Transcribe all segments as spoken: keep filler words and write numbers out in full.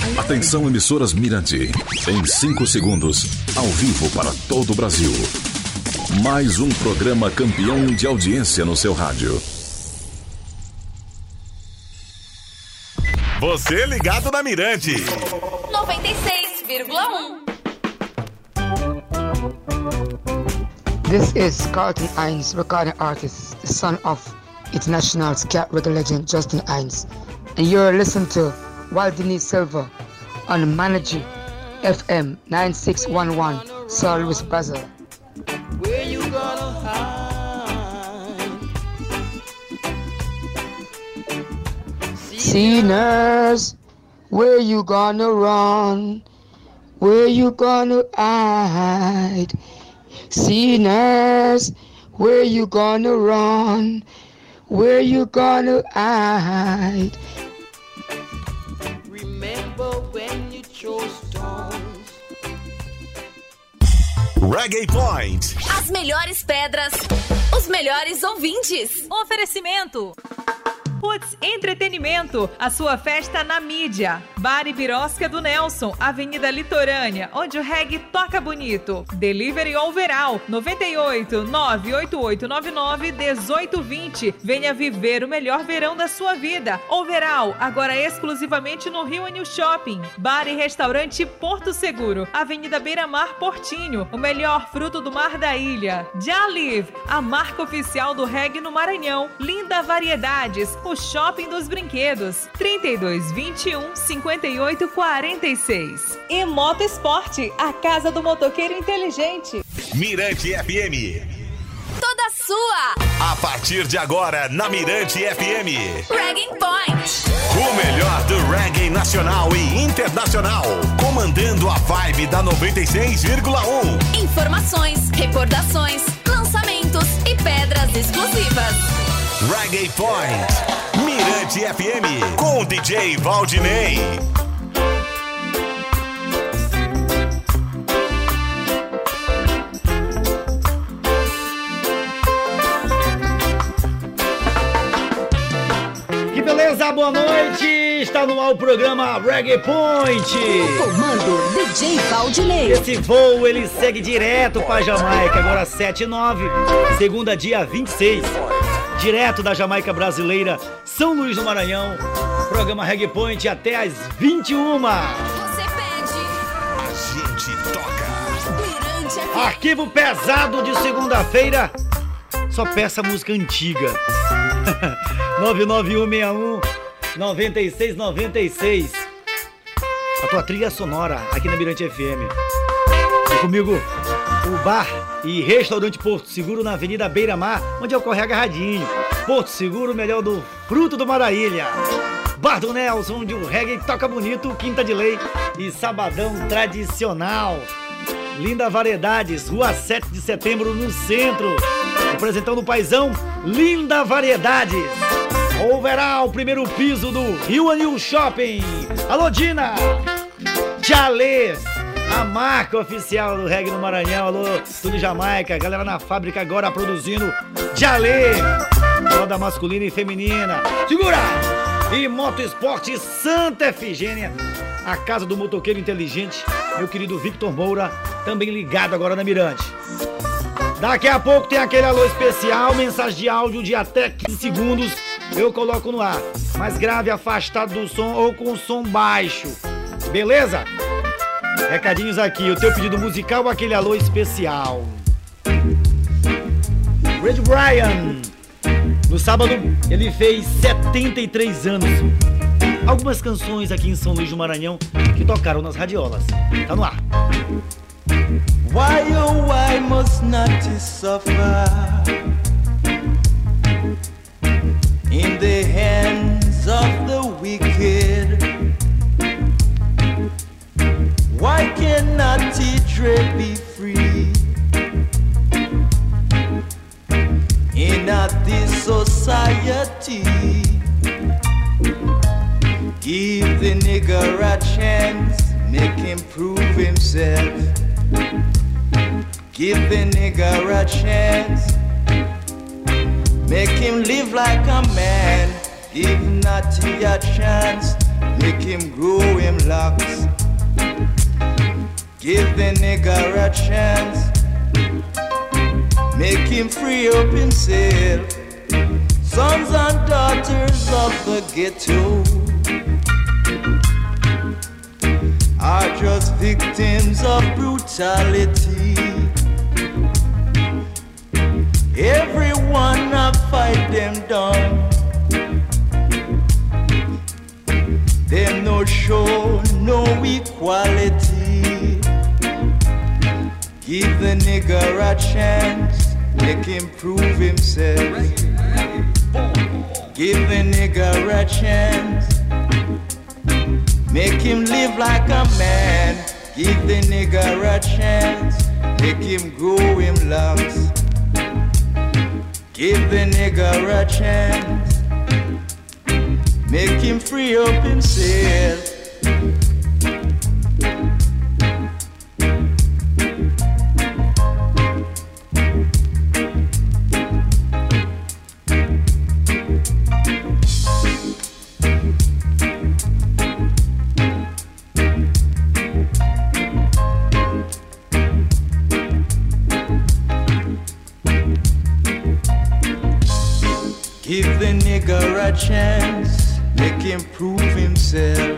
Atenção, emissoras Mirante. Em cinco segundos, ao vivo para todo o Brasil. Mais um programa campeão de audiência no seu rádio. Você ligado na Mirante. noventa e seis vírgula um. This is Carlton Hines, recording artist, the son of international scat reggae legend Justin Hines. And you're listening to Waldini Silva on Manager F M ninety-six point one, Saul Louis Brazil. Where you gonna hide? Sinners, where you gonna run? Where you gonna hide? Sinners, where you gonna run? Where you gonna hide? Remember when you chose stones? Reggae Point. As melhores pedras, os melhores ouvintes. Oferecimento Puts Entretenimento, a sua festa na mídia. Bar e Birosca do Nelson, Avenida Litorânea, onde o reggae toca bonito. Delivery Overall, noventa e oito, nove oito oito nove nove, um oito dois zero. Venha viver o melhor verão da sua vida. Overall, agora exclusivamente no Rio Anil Shopping. Bar e Restaurante Porto Seguro, Avenida Beira Mar Portinho, o melhor fruto do mar da ilha. Jaliv, a marca oficial do reggae no Maranhão. Linda Variedades, o shopping dos brinquedos. trinta e dois, vinte e um, cinquenta e oito, quarenta e seis. E Moto Esporte, a casa do motoqueiro inteligente. Mirante F M. Toda sua. A partir de agora, na Mirante F M. Reggae Point. O melhor do reggae nacional e internacional. Comandando a vibe da noventa e seis vírgula um. Informações, recordações, lançamentos e pedras exclusivas. Reggae Point, Mirante F M, com D J Valdinei. Que beleza, boa noite! Está no ar o programa Reggae Point. Comando D J Valdinei. Esse voo ele segue direto para Jamaica, agora sete e nove, segunda dia vinte e seis. Direto da Jamaica brasileira, São Luís do Maranhão, programa Reggae Point até às vinte e uma. Você pede, A gente toca. Mirante F M. Arquivo pesado de segunda-feira, só peça música antiga. nove nove um seis um, nove seis nove seis. A tua trilha sonora aqui na Mirante F M. E comigo, o bar e restaurante Porto Seguro na Avenida Beira Mar, onde ocorre agarradinho. Porto Seguro, melhor do fruto do mar da ilha. Bar do Nelson, onde o reggae toca bonito, quinta de lei e sabadão tradicional. Linda Variedades, Rua sete de setembro, no centro. Apresentando o paizão, Linda Variedades. Overall, primeiro piso do Rio Anil Shopping. Alô, Dina. Jalê, a marca oficial do reggae no Maranhão. Alô, tudo Jamaica, galera na fábrica agora produzindo Jalê, moda masculina e feminina. Segura! E Moto Esporte Santa Efigênia, a casa do motoqueiro inteligente, meu querido Victor Moura, também ligado agora na Mirante. Daqui a pouco tem aquele alô especial, mensagem de áudio de até quinze segundos, eu coloco no ar, mas grave afastado do som ou com som baixo, beleza? Recadinhos aqui, o teu pedido musical ou aquele alô especial. Red Brian, no sábado ele fez setenta e três anos. Algumas canções aqui em São Luís do Maranhão que tocaram nas radiolas. Tá no ar. Why oh why must not you suffer in the hands of the wicked? Why cannot Tidre be free in a this society? Give the nigger a chance, make him prove himself. Give the nigger a chance, make him live like a man. Give Natty a chance, make him grow him locks. Give the nigger a chance, make him free up himself. Sons and daughters of the ghetto are just victims of brutality. Everyone I fight them down. Them no show no equality. Give the nigger a chance, make him prove himself. Give the nigger a chance, make him live like a man. Give the nigger a chance, make him grow him lungs. Give the nigger a chance, make him free up himself. Give the nigger a chance, make him prove himself.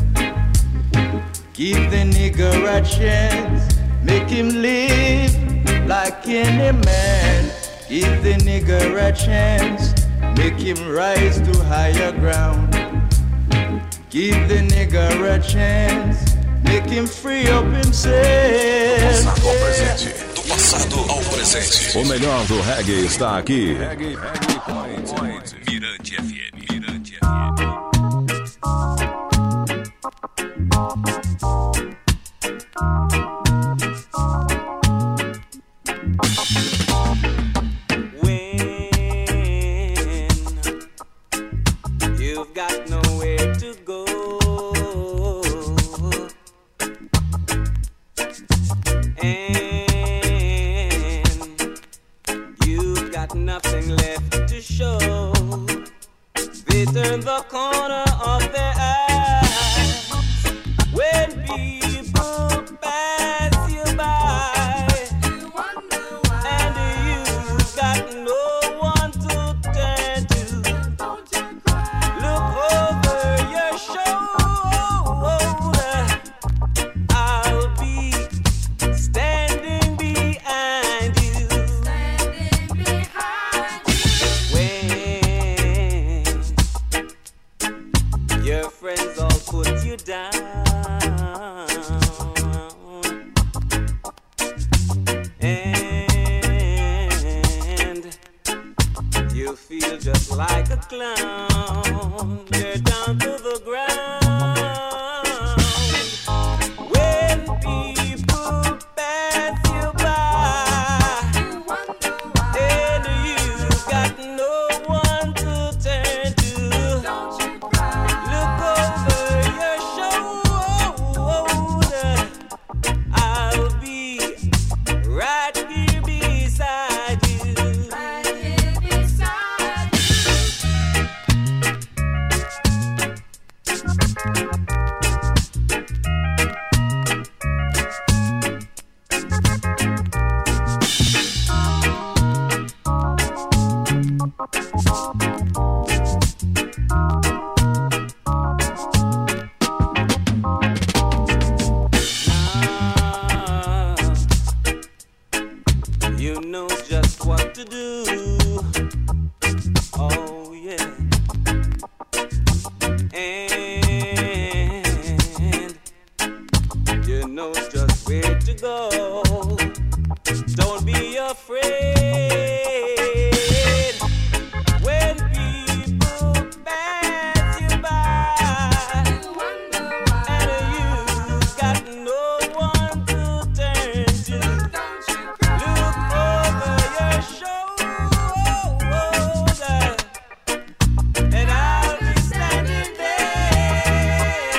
Give the nigger a chance, make him live like any man. Give the nigger a chance, make him rise to higher ground. Give the nigger a chance, make him free up himself. Passado ao presente, do passado ao presente. O melhor do reggae está aqui. Reggae, reggae Point, Point. Mirante F M, Mirante F M. When you've got nowhere to go, nothing left to show. They turn the corner of their eyes when people pass you by, and you've got no one to turn to. Look over your shoulder, I'll be standing behind you. Your friends all put you down, and you feel just like a clown. You're down to the ground. When people pass you by, and you've got no one to turn to. Look over your shoulder, I'll be right here beside you. Right here beside you. You know just what to do. Oh yeah. And you know just where to go. Don't be afraid when people pass you by, and you've got no one to turn to. Look over your shoulder, and I'll be standing there.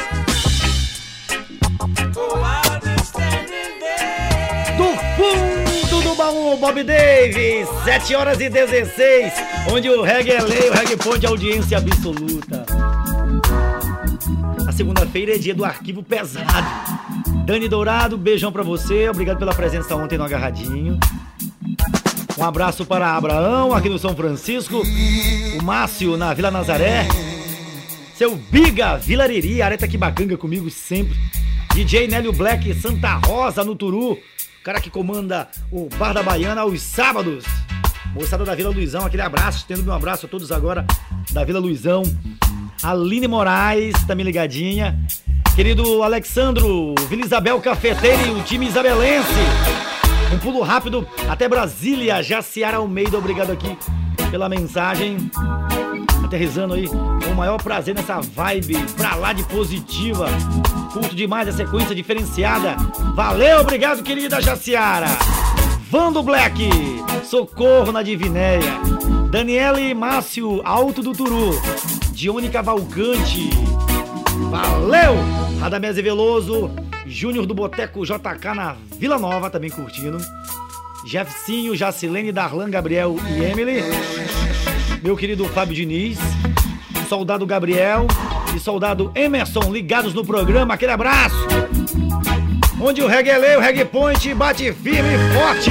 Oh, I'll be standing there. Do fundo do baú, Bob Davis, sete horas e dezesseis, onde o reggae é lei, o reggae point é audiência absoluta. A segunda-feira é dia do arquivo pesado. Dani Dourado, beijão pra você. Obrigado pela presença ontem no Agarradinho. Um abraço para Abraão, aqui no São Francisco. O Márcio, na Vila Nazaré. Seu Biga, Vila Ariri, Areta Quibacanga comigo sempre. D J Nélio Black, Santa Rosa, no Turu. Cara que comanda o Bar da Baiana aos sábados. Moçada da Vila Luizão, aquele abraço. Estendo meu abraço a todos agora da Vila Luizão. Aline Moraes, também ligadinha. Querido Alexandro, Vila Isabel Cafeteira e o time isabelense. Um pulo rápido até Brasília. Jaciara Almeida, obrigado aqui pela mensagem. Aterrissando aí, com o maior prazer nessa vibe pra lá de positiva. Curto demais a sequência diferenciada. Valeu, obrigado, querida Jaciara. Vando Black, Socorro na Divinéia. Daniele Márcio, Alto do Turu. Dione Cavalcante. Valeu! Radamés Veloso, Júnior do Boteco J K na Vila Nova, também curtindo. Jefcinho, Jacilene, Darlan, Gabriel e Emily. Meu querido Fábio Diniz, Soldado Gabriel e Soldado Emerson, ligados no programa. Aquele abraço! Onde o reggae lê, o reggae point bate firme e forte.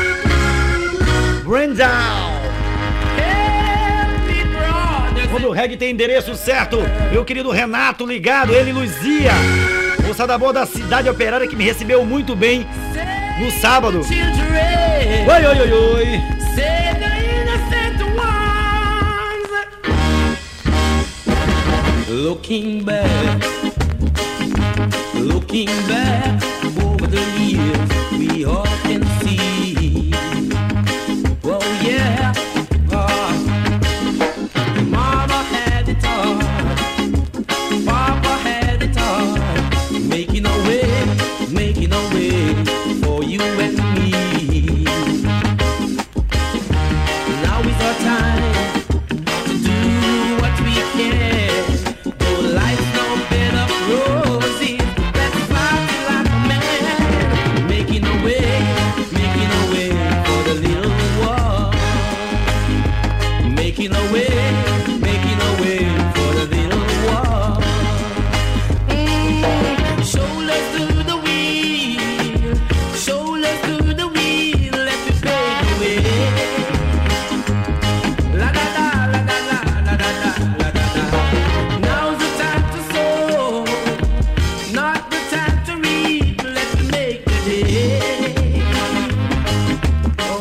Brandão! Quando o reggae tem endereço certo, meu querido Renato ligado, ele e Luzia. Moçada boa da cidade operária que me recebeu muito bem no sábado. Oi, oi, oi, oi. Looking back, looking back over the years, we all can see. Oh yeah, uh, Mama had it hard, Papa had it hard, making a way, making a way for you and me. Now is our time to do what we can. Life's no bed of roses. Let's fight like a man. Making a way, making a way for the little one. Making a way, making a way for the little one. Mm. Shoulders to the wheel, shoulders to the wheel. Let me fade away. La da da, la da da, la da da, la da da. Now's the time to sow, not the time to reap. Let's make the day. Oh,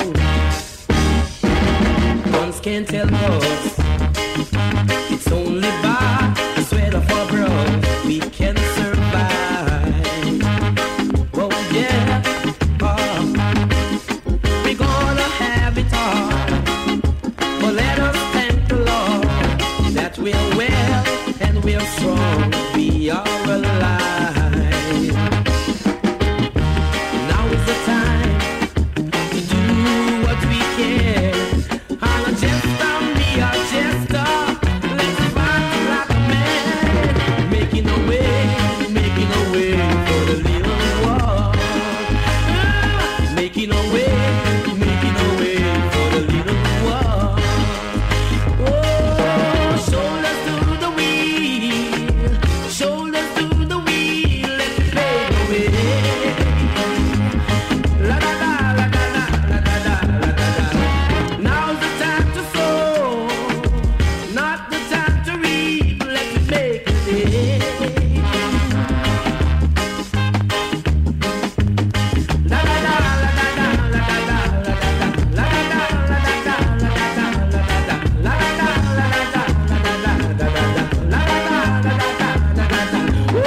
ones can't tell us. It's only by the sweat of our brow we can survive. Oh yeah, oh, we're gonna have it all. But let us thank the Lord that we're well and we're strong, we are alive. Now is the time to do what we can. I'm a jester, me a jester. Let's fight like a man. Making a way, making a way for the little one. Ah, making a way, making a way for the little one. Oh, shoulders to the wheel, shoulders to the wheel, let's fade away. La da da, la da da, la da da, la da da. Now's the time to sow, not the time to reap. Let's make a day. La da da, la da da, la da da, la da da, la da da, la da da, la da da, la da da, la da da, la da da, la da da, la da da, la da da, la da da. Oh,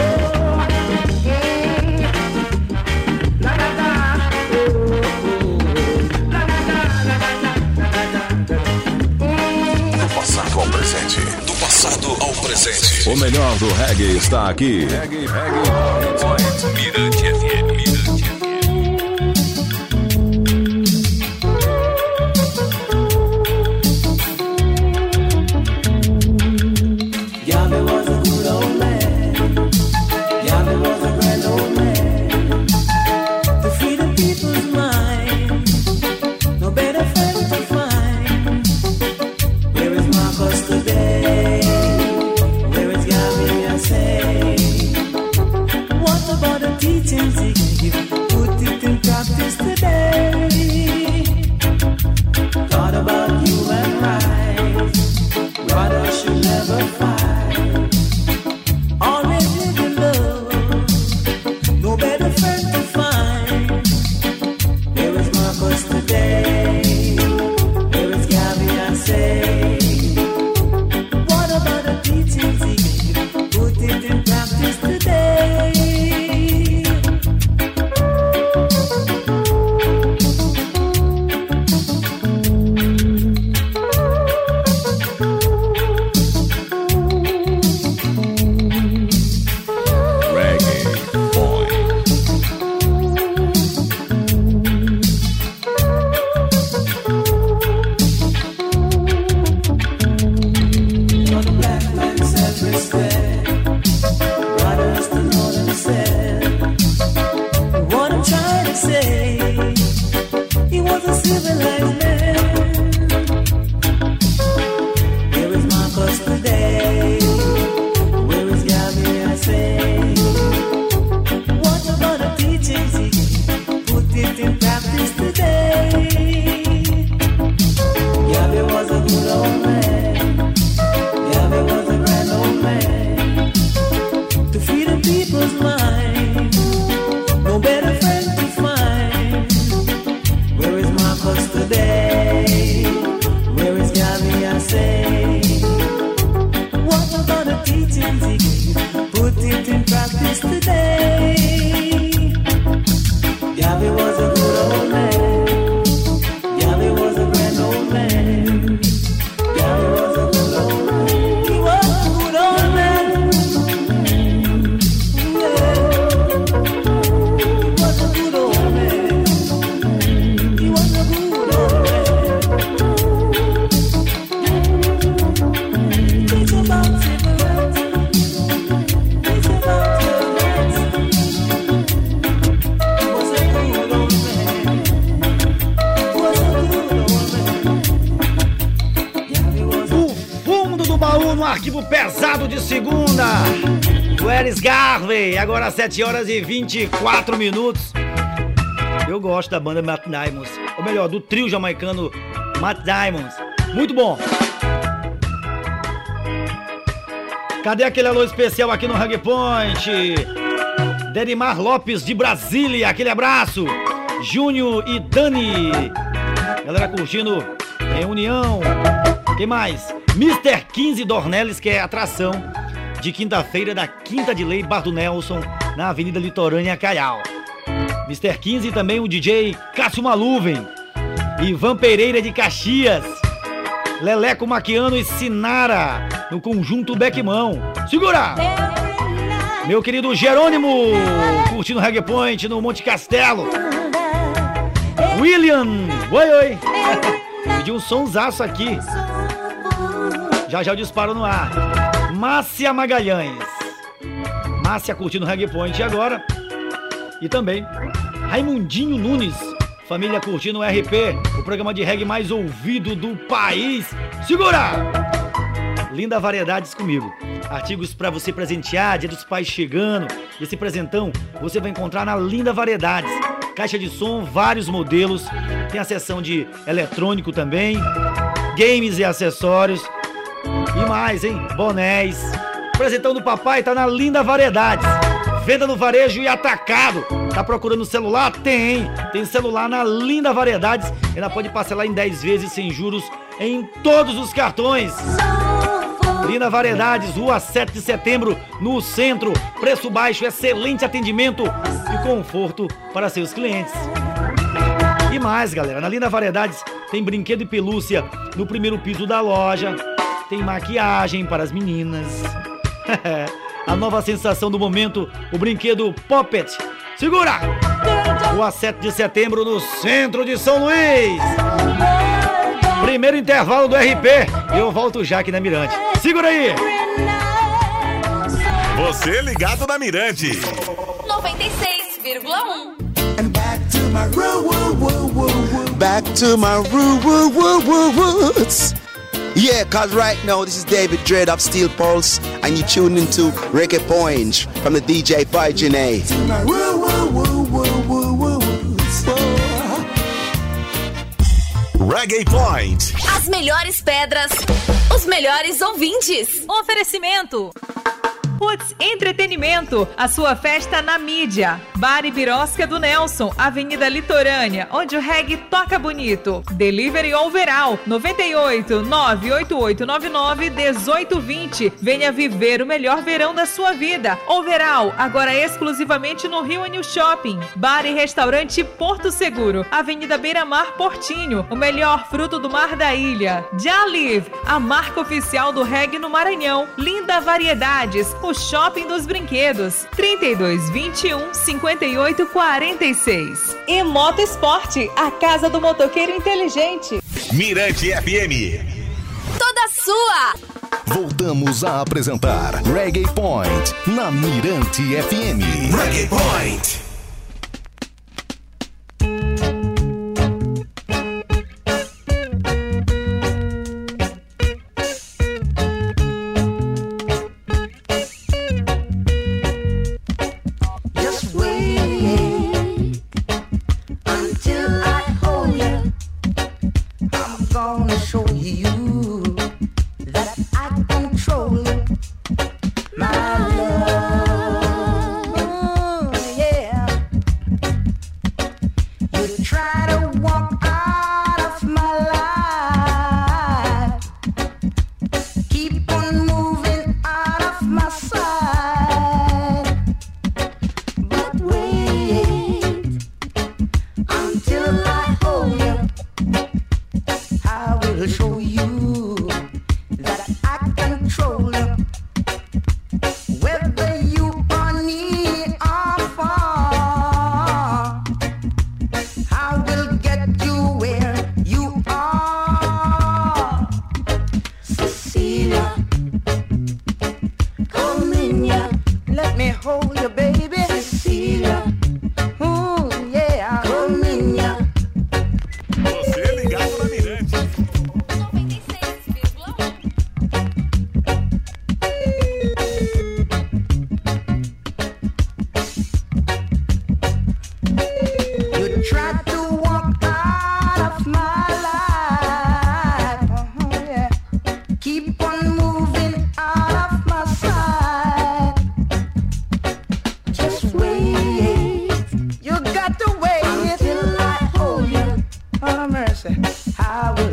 la da da, oh, la da da, la da da, la da da. Do passado ao presente. Do passado ao presente. O melhor do reggae está aqui. Reggae, reggae, Point. Mirante F M. Mirante F M. Yahweh was a good old man. Yahweh was a grand old man. To free the people's mind. No better friend to find. Where is Marcus today? Where is Yahweh, I say? segunda. Where is Garvey? Agora às sete horas e vinte e quatro minutos. Eu gosto da banda Matt Diamonds. Ou melhor, do trio jamaicano Matt Diamonds. Muito bom. Cadê aquele alô especial aqui no Hug Point? Derimar Lopes de Brasília, aquele abraço. Júnior e Dani. Galera curtindo em união. Quem mais? mister quinze Dornelles, que é atração de quinta-feira da Quinta de Lei Bar do Nelson, na Avenida Litorânea, Caial. mister quinze e também o D J Cássio Maluven. Ivan Pereira de Caxias. Leleco Maquiano e Sinara, no conjunto Beckmão. Segura! Meu querido Jerônimo, curtindo Reggae Point no Monte Castelo. William, oi, oi. Pediu um sonsaço aqui. Já já eu disparo no ar. Márcia Magalhães. Márcia curtindo Reggae Point agora. E também Raimundinho Nunes. Família curtindo o R P, o programa de reggae mais ouvido do país. Segura! Linda Variedades comigo. Artigos para você presentear, Dia dos Pais chegando. Esse presentão você vai encontrar na Linda Variedades. Caixa de som, vários modelos. Tem a seção de eletrônico também. Games e acessórios. E mais, hein? Bonés. Presentão do papai tá na Linda Variedades. Venda no varejo e atacado. Tá procurando celular? Tem. Tem celular na Linda Variedades. Ainda pode parcelar em dez vezes sem juros em todos os cartões. Linda Variedades, Rua sete de setembro, no centro. Preço baixo, excelente atendimento e conforto para seus clientes. E mais, galera, na Linda Variedades tem brinquedo e pelúcia no primeiro piso da loja. Tem maquiagem para as meninas. A nova sensação do momento, o brinquedo Poppet. Segura! Rua sete de setembro, no centro de São Luís. Primeiro intervalo do R P. Eu volto já aqui na Mirante. Segura aí! Você ligado na Mirante. noventa e seis vírgula um. Back to my roots. Yeah, cause right now this is David Dredd of Steel Pulse and you tuned into Reggae Point from the D J five G N A. Reggae Point. As melhores pedras, os melhores ouvintes. Oferecimento Puts Entretenimento, a sua festa na mídia. Bar e Birosca do Nelson, Avenida Litorânea, onde o reggae toca bonito. Delivery Overall, noventa e oito, nove oito oito nove nove, dezoito vinte. Venha viver o melhor verão da sua vida. Overall, agora exclusivamente no Rio Anil Shopping. Bar e Restaurante Porto Seguro, Avenida Beira Mar Portinho, o melhor fruto do mar da ilha. Jalive, a marca oficial do reggae no Maranhão. Linda Variedades, o shopping dos brinquedos. trinta e dois, vinte e um, cinquenta e oito, quarenta e seis. E Moto Esporte, a casa do motoqueiro inteligente. Mirante F M. Toda sua. Voltamos a apresentar Reggae Point na Mirante F M. Reggae Point.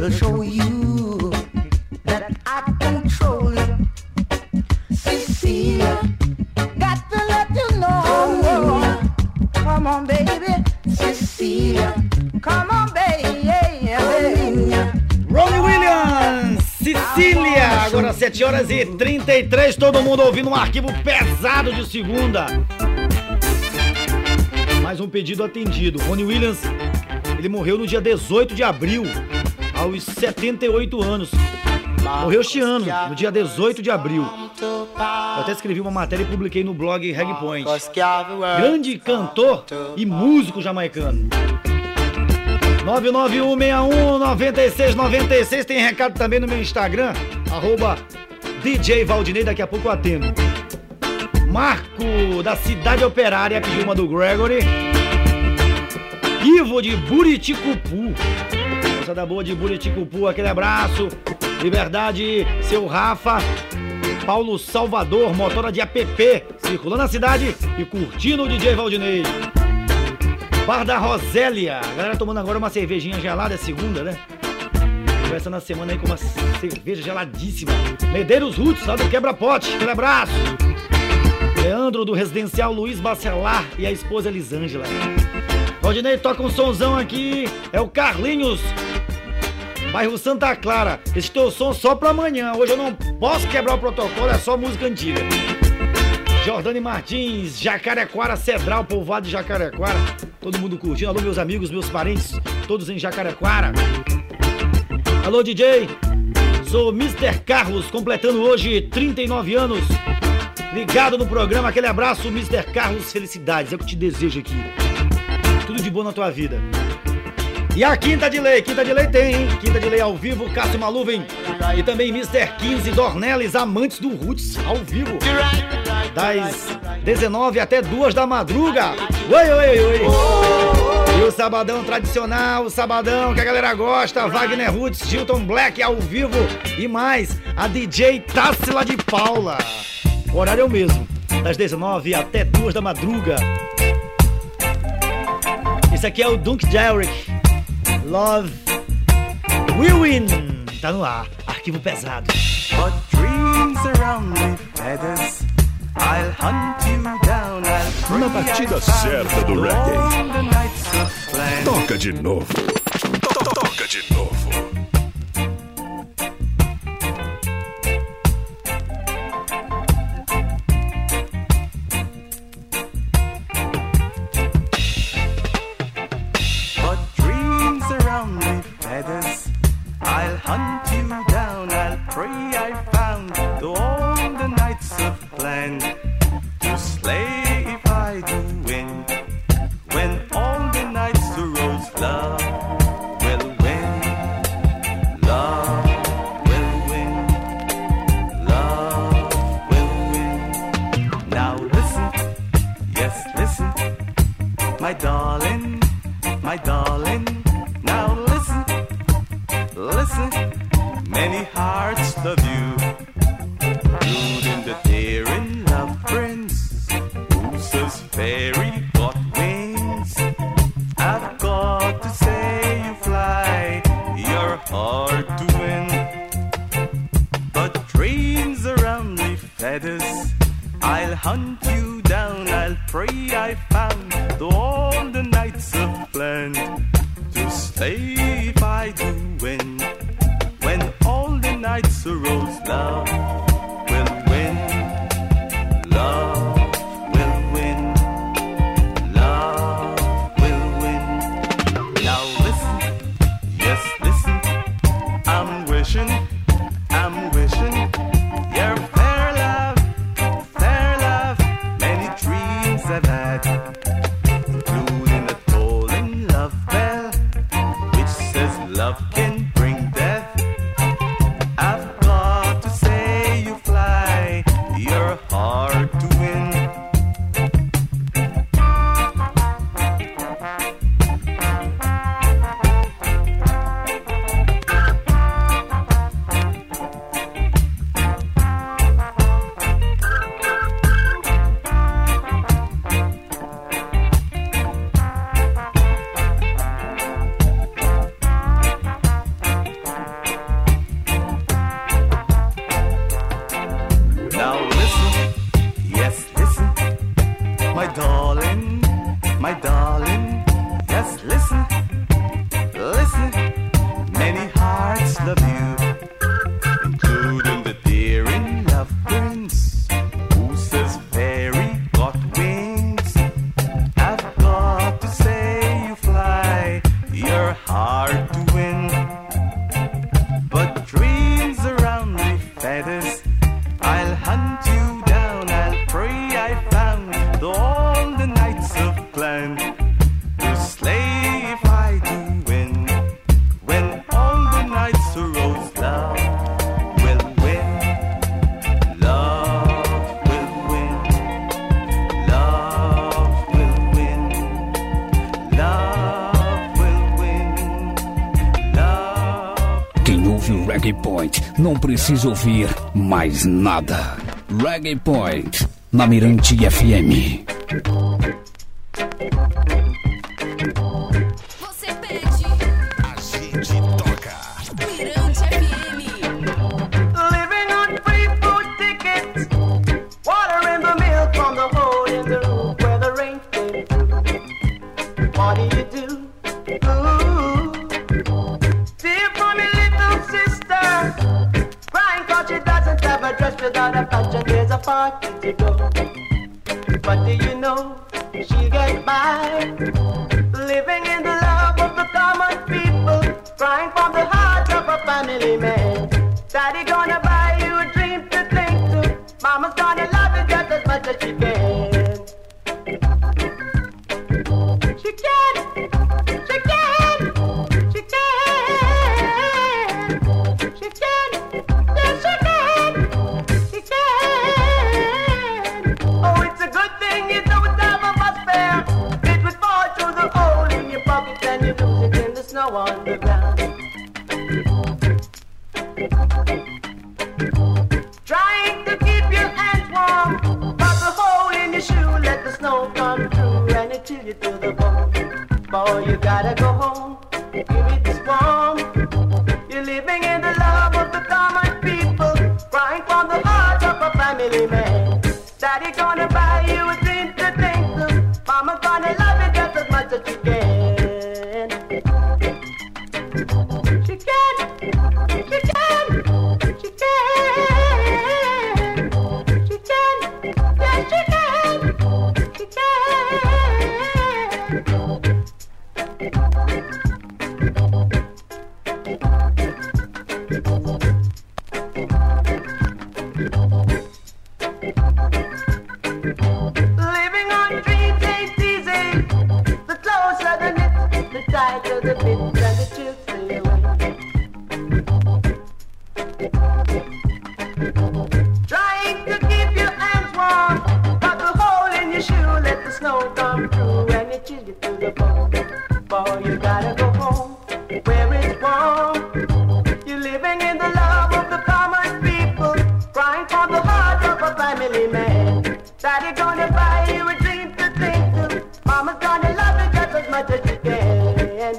will show you that I control you. Cecilia, got to let you know. Come on, baby. Cecilia, come on, baby. Ronnie Williams, Cecília. Agora sete horas e trinta e três. Todo mundo ouvindo um arquivo pesado de segunda. Mais um pedido atendido. Ronnie Williams, ele morreu no dia dezoito de abril, aos setenta e oito anos. Morreu este ano, no dia dezoito de abril. Eu até escrevi uma matéria e publiquei no blog Reggae Point. Grande cantor e músico jamaicano. nove nove um seis um nove seis nove seis. Tem recado também no meu Instagram, arroba D J Valdinei, daqui a pouco eu atendo. Marco, da Cidade Operária, pediu uma do Gregory. Ivo, de Buriticupu. Moçada boa de Buriticupu, aquele abraço. Liberdade, seu Rafa. Paulo Salvador, motora de app, circulando a cidade e curtindo o D J Valdinei. Bar da Rosélia, a galera tomando agora uma cervejinha gelada, é segunda, né? Começa na semana aí com uma cerveja geladíssima. Medeiros Roots, lá do Quebra-Pote, aquele abraço. Leandro, do Residencial Luiz Bacelar, e a esposa Elisângela. Valdinei, toca um sonzão aqui, é o Carlinhos, bairro Santa Clara. Esse teu som só pra amanhã, hoje eu não posso quebrar o protocolo, é só música antiga. Jordane Martins, Jacarequara Cedral, povoado de Jacarequara. Todo mundo curtindo. Alô, meus amigos, meus parentes, todos em Jacarequara. Alô, D J. Sou mister Carlos, completando hoje trinta e nove anos. Ligado no programa, aquele abraço, mister Carlos. Felicidades, é o que te desejo aqui. Tudo de bom na tua vida. E a Quinta de Lei, Quinta de Lei tem, hein? Quinta de Lei ao vivo, Cássio Maluvem. E também mister quinze Dornelles, amantes do Roots, ao vivo. Das dezenove até duas da madruga. Oi, oi, oi. E o sabadão tradicional, o sabadão que a galera gosta. Wagner Roots, Gilton Black ao vivo. E mais, a D J Tássila de Paula. O horário é o mesmo, das dezenove até duas da madruga. Esse aqui é o Dunk Derrick. Love Will Win. Tá no ar, arquivo pesado. But dreams around me feathers, I'll hunt you down, I'll Na batida certa do reggae. Toca de novo. Toca de novo. I'll hunt you down, I'll pray I found the all the nights of plan to slay if I do win. When all the nights to rose love will win, love will win, love will win. Now listen, yes listen, my darling, my darling. Now listen, listen, many hearts love you, including the daring love prince, who's as fairy got wings. I've got to say you fly, you're hard to win. But dreams around me feathers, I'll hunt you down, I'll pray I found though all the nights of plan to stay if I do win. When all the nights are rose, love will win. Love will win. Love will win. Now listen, yes listen, I'm wishing, I'm wishing, your fair love, fair love, many dreams I've had, including a tolling love bell, which says love can bring death. I've got to say you fly, you're hard to win. My darling, my darling, yes, listen, listen. Many hearts love you, including the daring love prince, who says fairy got wings. I've got to say you fly, you're hard to win, but dreams around me feathers. I'll hunt you down, I'll pray I found all the knights of clan to slay if I do win. When all the knights arose, love will win, love will win, love will win, love will win, love. Quem ouve o Reggae Point não precisa ouvir mais nada. Reggae Point, na Mirante F M. Você pede, A gente toca. Mirante F M. Living on free food tickets, water in the milk from the hole in the roof where the rain came through. What do you do? Ooh. Dear mommy, little sister, crying 'cause she doesn't have a dress without a patch and there's a party to go. But do you know she'll get by, living in the love of the common people, crying from the heart of a family man. Daddy gonna buy you a dream to cling to, mama's gonna love it just as much as she can. She can, she can, she can, she can, yes she can, she can. Oh, it's a good thing you don't have a bus fare. It would fall through the hole in your pocket and you lose it in the snow on the ground. Trying to keep your hands warm, but the hole in your shoe let the snow come through and it chill you to the bone. Boy, you gotta go home, give it this warm. You're living in the love of the common people, crying from the heart of a family man. Daddy gonna buy you a dream to think to, mama gonna love it just as much as she can. She can, she can, she can, she can, yes she can, she Living on dreams ain't easy. The closer the knit, the tighter the fit, and the chills stay away. Trying to keep your hands warm, but the hole in your shoe let the snow come through and it chills you to the bone. Boy, you gotta go home where it's warm. You're living in the love of the common people, crying for the heart of a family man. Daddy gonna buy you a dream to think to, mama's gonna love it just as much as you can.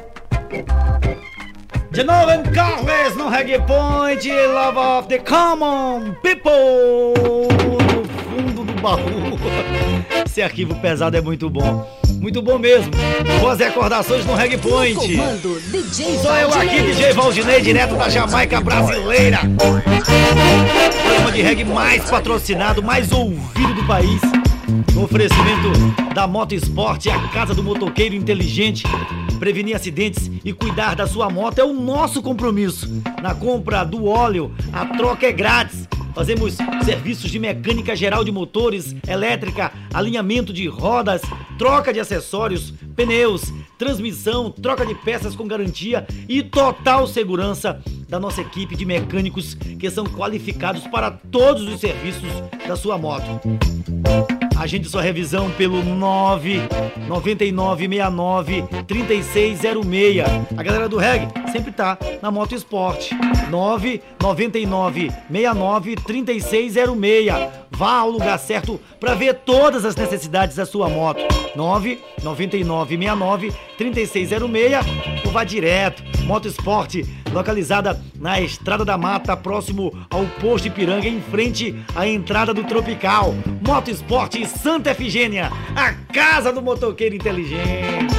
De novo em Carles no Reggae Point, Love of the Common People, no fundo do baú. Esse arquivo pesado é muito bom, muito bom mesmo. Boas recordações no Reggae Point. Comando D J Sou eu aqui, D J Valdinei, direto da Jamaica brasileira. O programa de reggae mais patrocinado, mais ouvido do país. No oferecimento da Moto Esporte, a casa do motoqueiro inteligente. Prevenir acidentes e cuidar da sua moto é o nosso compromisso. Na compra do óleo, a troca é grátis. Fazemos serviços de mecânica geral de motores, elétrica, alinhamento de rodas, troca de acessórios, pneus, transmissão, troca de peças com garantia e total segurança da nossa equipe de mecânicos que são qualificados para todos os serviços da sua moto. Agende sua revisão pelo nove nove nove seis nove três seis zero seis. A galera do reggae sempre tá na Moto Esporte. nove nove nove seis nove três seis zero seis. Vá ao lugar certo para ver todas as necessidades da sua moto. nove nove nove seis nove três seis zero seis ou vá direto. Moto Esporte, localizada na Estrada da Mata, próximo ao posto Ipiranga, em frente à entrada do Tropical, Moto Esporte Santa Efigênia, a casa do motoqueiro inteligente.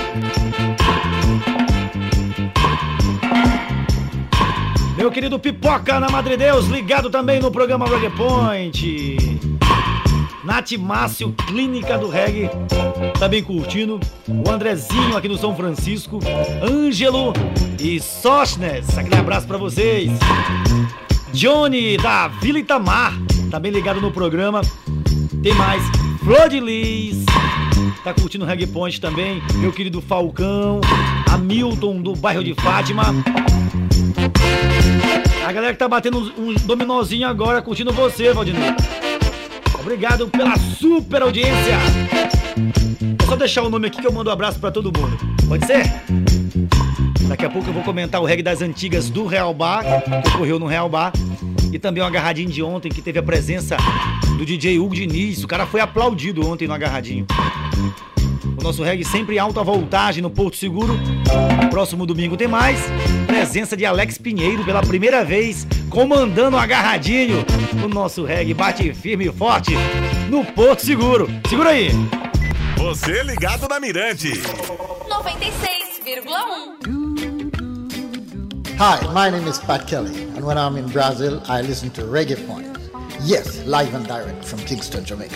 Meu querido Pipoca na Madre Deus, ligado também no programa Reggae Point. Nath Márcio, Clínica do Reggae, também curtindo. O Andrezinho aqui do São Francisco. Ângelo e Sochnes, aquele abraço pra vocês. Johnny da Vila Itamar, também ligado no programa. Tem mais, Flor de Lis, tá curtindo o Reggae Point também. Meu querido Falcão, Hamilton do bairro de Fátima. A galera que tá batendo um, um dominózinho agora, curtindo você, Valdinei. Obrigado pela super audiência. É só deixar o nome aqui que eu mando um abraço pra todo mundo. Pode ser? Daqui a pouco eu vou comentar o reggae das antigas do Real Bar, que ocorreu no Real Bar. E também um agarradinho de ontem, que teve a presença do D J Hugo Diniz. O cara foi aplaudido ontem no agarradinho. O nosso reggae sempre em alta voltagem no Porto Seguro. Próximo domingo tem mais. Presença de Alex Pinheiro pela primeira vez, comandando o agarradinho. O nosso reggae bate firme e forte no Porto Seguro. Segura aí. Você ligado na Mirante. noventa e seis vírgula um. Hi, my name is Pat Kelly, and when I'm in Brazil, I listen to Reggae Point. Yes, live and direct from Kingston, Jamaica.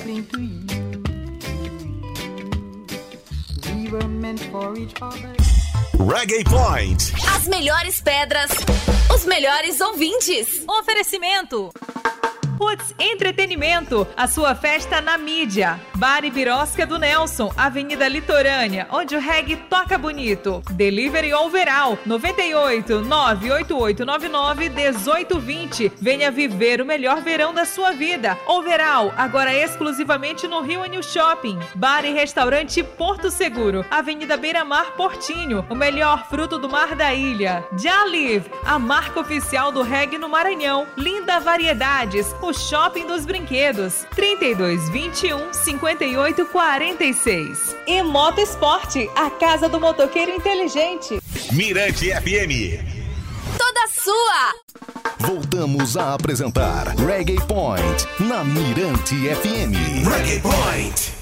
We were meant for each other. Reggae Point. As melhores pedras, os melhores ouvintes. Oferecimento Puts Entretenimento, a sua festa na mídia. Bar e Birosca do Nelson, Avenida Litorânea, onde o reggae toca bonito. Delivery Overall, nove oito nove oito oito nove nove um oito dois zero. Venha viver o melhor verão da sua vida. Overall, agora exclusivamente no Rio Anil Shopping. Bar e Restaurante Porto Seguro, Avenida Beira Mar Portinho, o melhor fruto do mar da ilha. Jaliv, a marca oficial do reggae no Maranhão. Linda Variedades, o Shopping dos Brinquedos, trinta e dois, vinte e um, cinquenta e oito, quarenta e seis. E Moto Esporte, a casa do motoqueiro inteligente. Mirante F M. Toda sua! Voltamos a apresentar Reggae Point na Mirante F M. Reggae Point.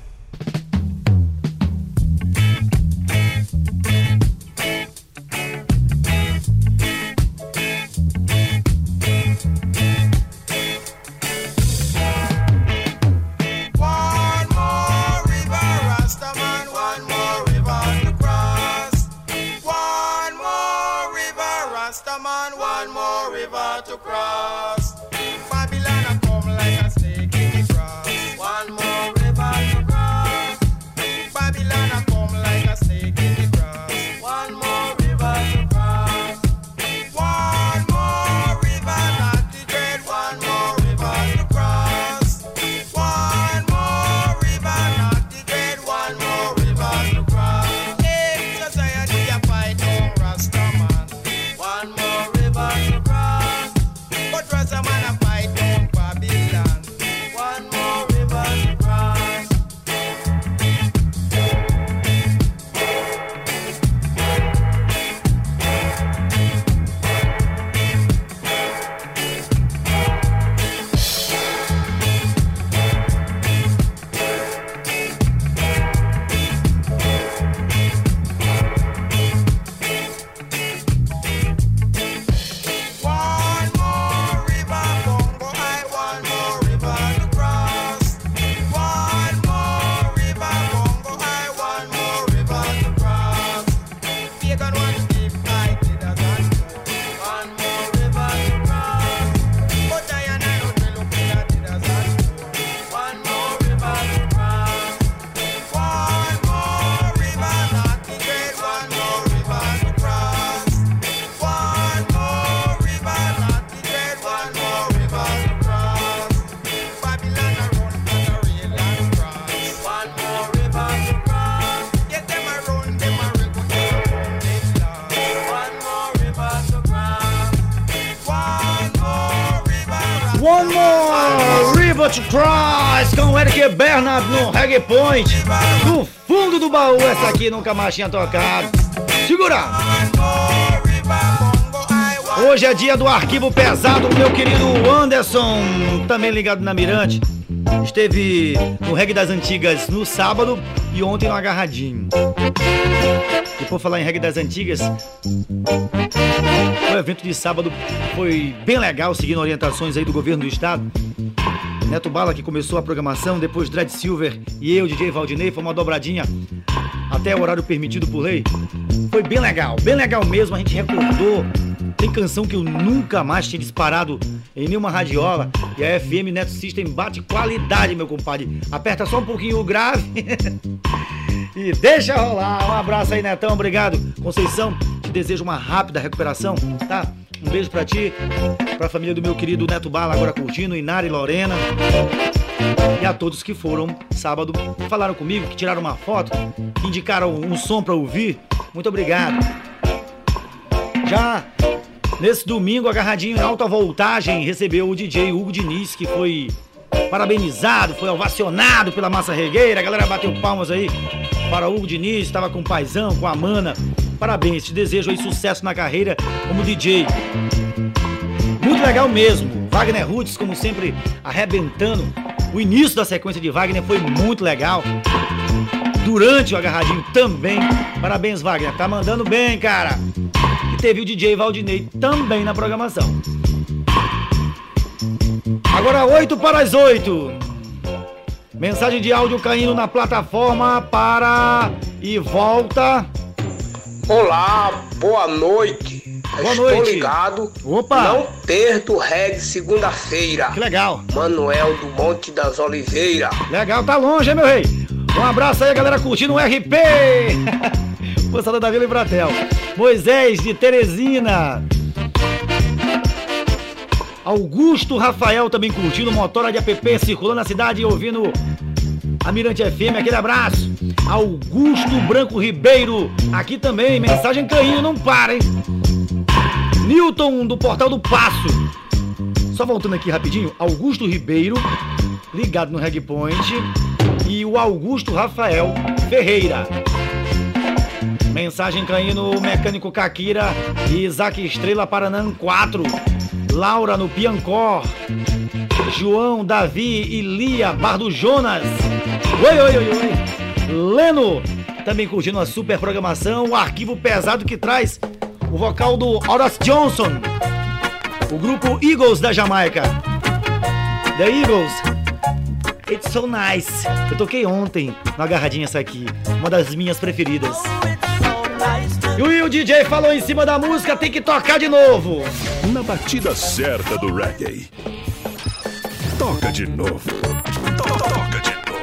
One More River to Cross com Eric Bernard no Reggae Point. Do fundo do baú, essa aqui nunca mais tinha tocado. Segura! Hoje é dia do arquivo pesado, meu querido Anderson, também ligado na Mirante. Esteve no Reggae das Antigas no sábado e ontem no Agarradinho. E por falar em Reggae das Antigas, o evento de sábado foi bem legal, seguindo orientações aí do governo do estado. Neto Bala que começou a programação, depois Dread Silver e eu, D J Valdinei, foi uma dobradinha até o horário permitido por lei. Foi bem legal, bem legal mesmo, a gente recordou. Tem canção que eu nunca mais tinha disparado em nenhuma radiola. E a F M Neto System bate qualidade, meu compadre. Aperta só um pouquinho o grave e deixa rolar. Um abraço aí, Netão, obrigado. Conceição, te desejo uma rápida recuperação, tá? Um beijo pra ti, pra família do meu querido Neto Bala, agora curtindo, Inara e Lorena. E a todos que foram sábado, falaram comigo, que tiraram uma foto, que indicaram um som pra ouvir. Muito obrigado. Já nesse domingo, Agarradinho em alta voltagem recebeu o D J Hugo Diniz, que foi parabenizado, foi ovacionado pela massa regueira. A galera bateu palmas aí para o Hugo Diniz, estava com o paizão, com a mana. Parabéns, te desejo aí sucesso na carreira como D J. Muito legal mesmo. Wagner Roots, como sempre, arrebentando. O início da sequência de Wagner foi muito legal. Durante o Agarradinho também. Parabéns, Wagner, tá mandando bem, cara. E teve o D J Valdinei também na programação. Agora oito para as oito. Mensagem de áudio caindo na plataforma para e volta. Olá, boa noite. Boa Estou noite. ligado. Opa. Não perto reggae segunda-feira. Que legal. Manuel do Monte das Oliveiras. Legal, tá longe, hein, meu rei? Um abraço aí, galera, curtindo o R P. Moçada da Vila Embratel. Moisés de Teresina. Augusto Rafael também curtindo, motora de app, circulando na cidade e ouvindo a Mirante F M, aquele abraço. Augusto Branco Ribeiro, aqui também, mensagem caindo, não para, hein? Newton do Portal do Passo. Só voltando aqui rapidinho, Augusto Ribeiro, ligado no Reggae Point, e o Augusto Rafael Ferreira. Mensagem caindo, Mecânico Caquira e Isaac Estrela Paranã quatro. Laura no Piancó, João, Davi e Lia, Bar do Jonas. Oi, oi, oi, oi. Leno, também curtindo a super programação, o arquivo pesado que traz o vocal do Horace Johnson, o grupo Eagles da Jamaica. The Eagles, It's So Nice. Eu toquei ontem no Agarradinha essa aqui, uma das minhas preferidas. E o D J falou em cima da música, tem que tocar de novo. Na batida certa do reggae. Toca de novo. Toca de novo.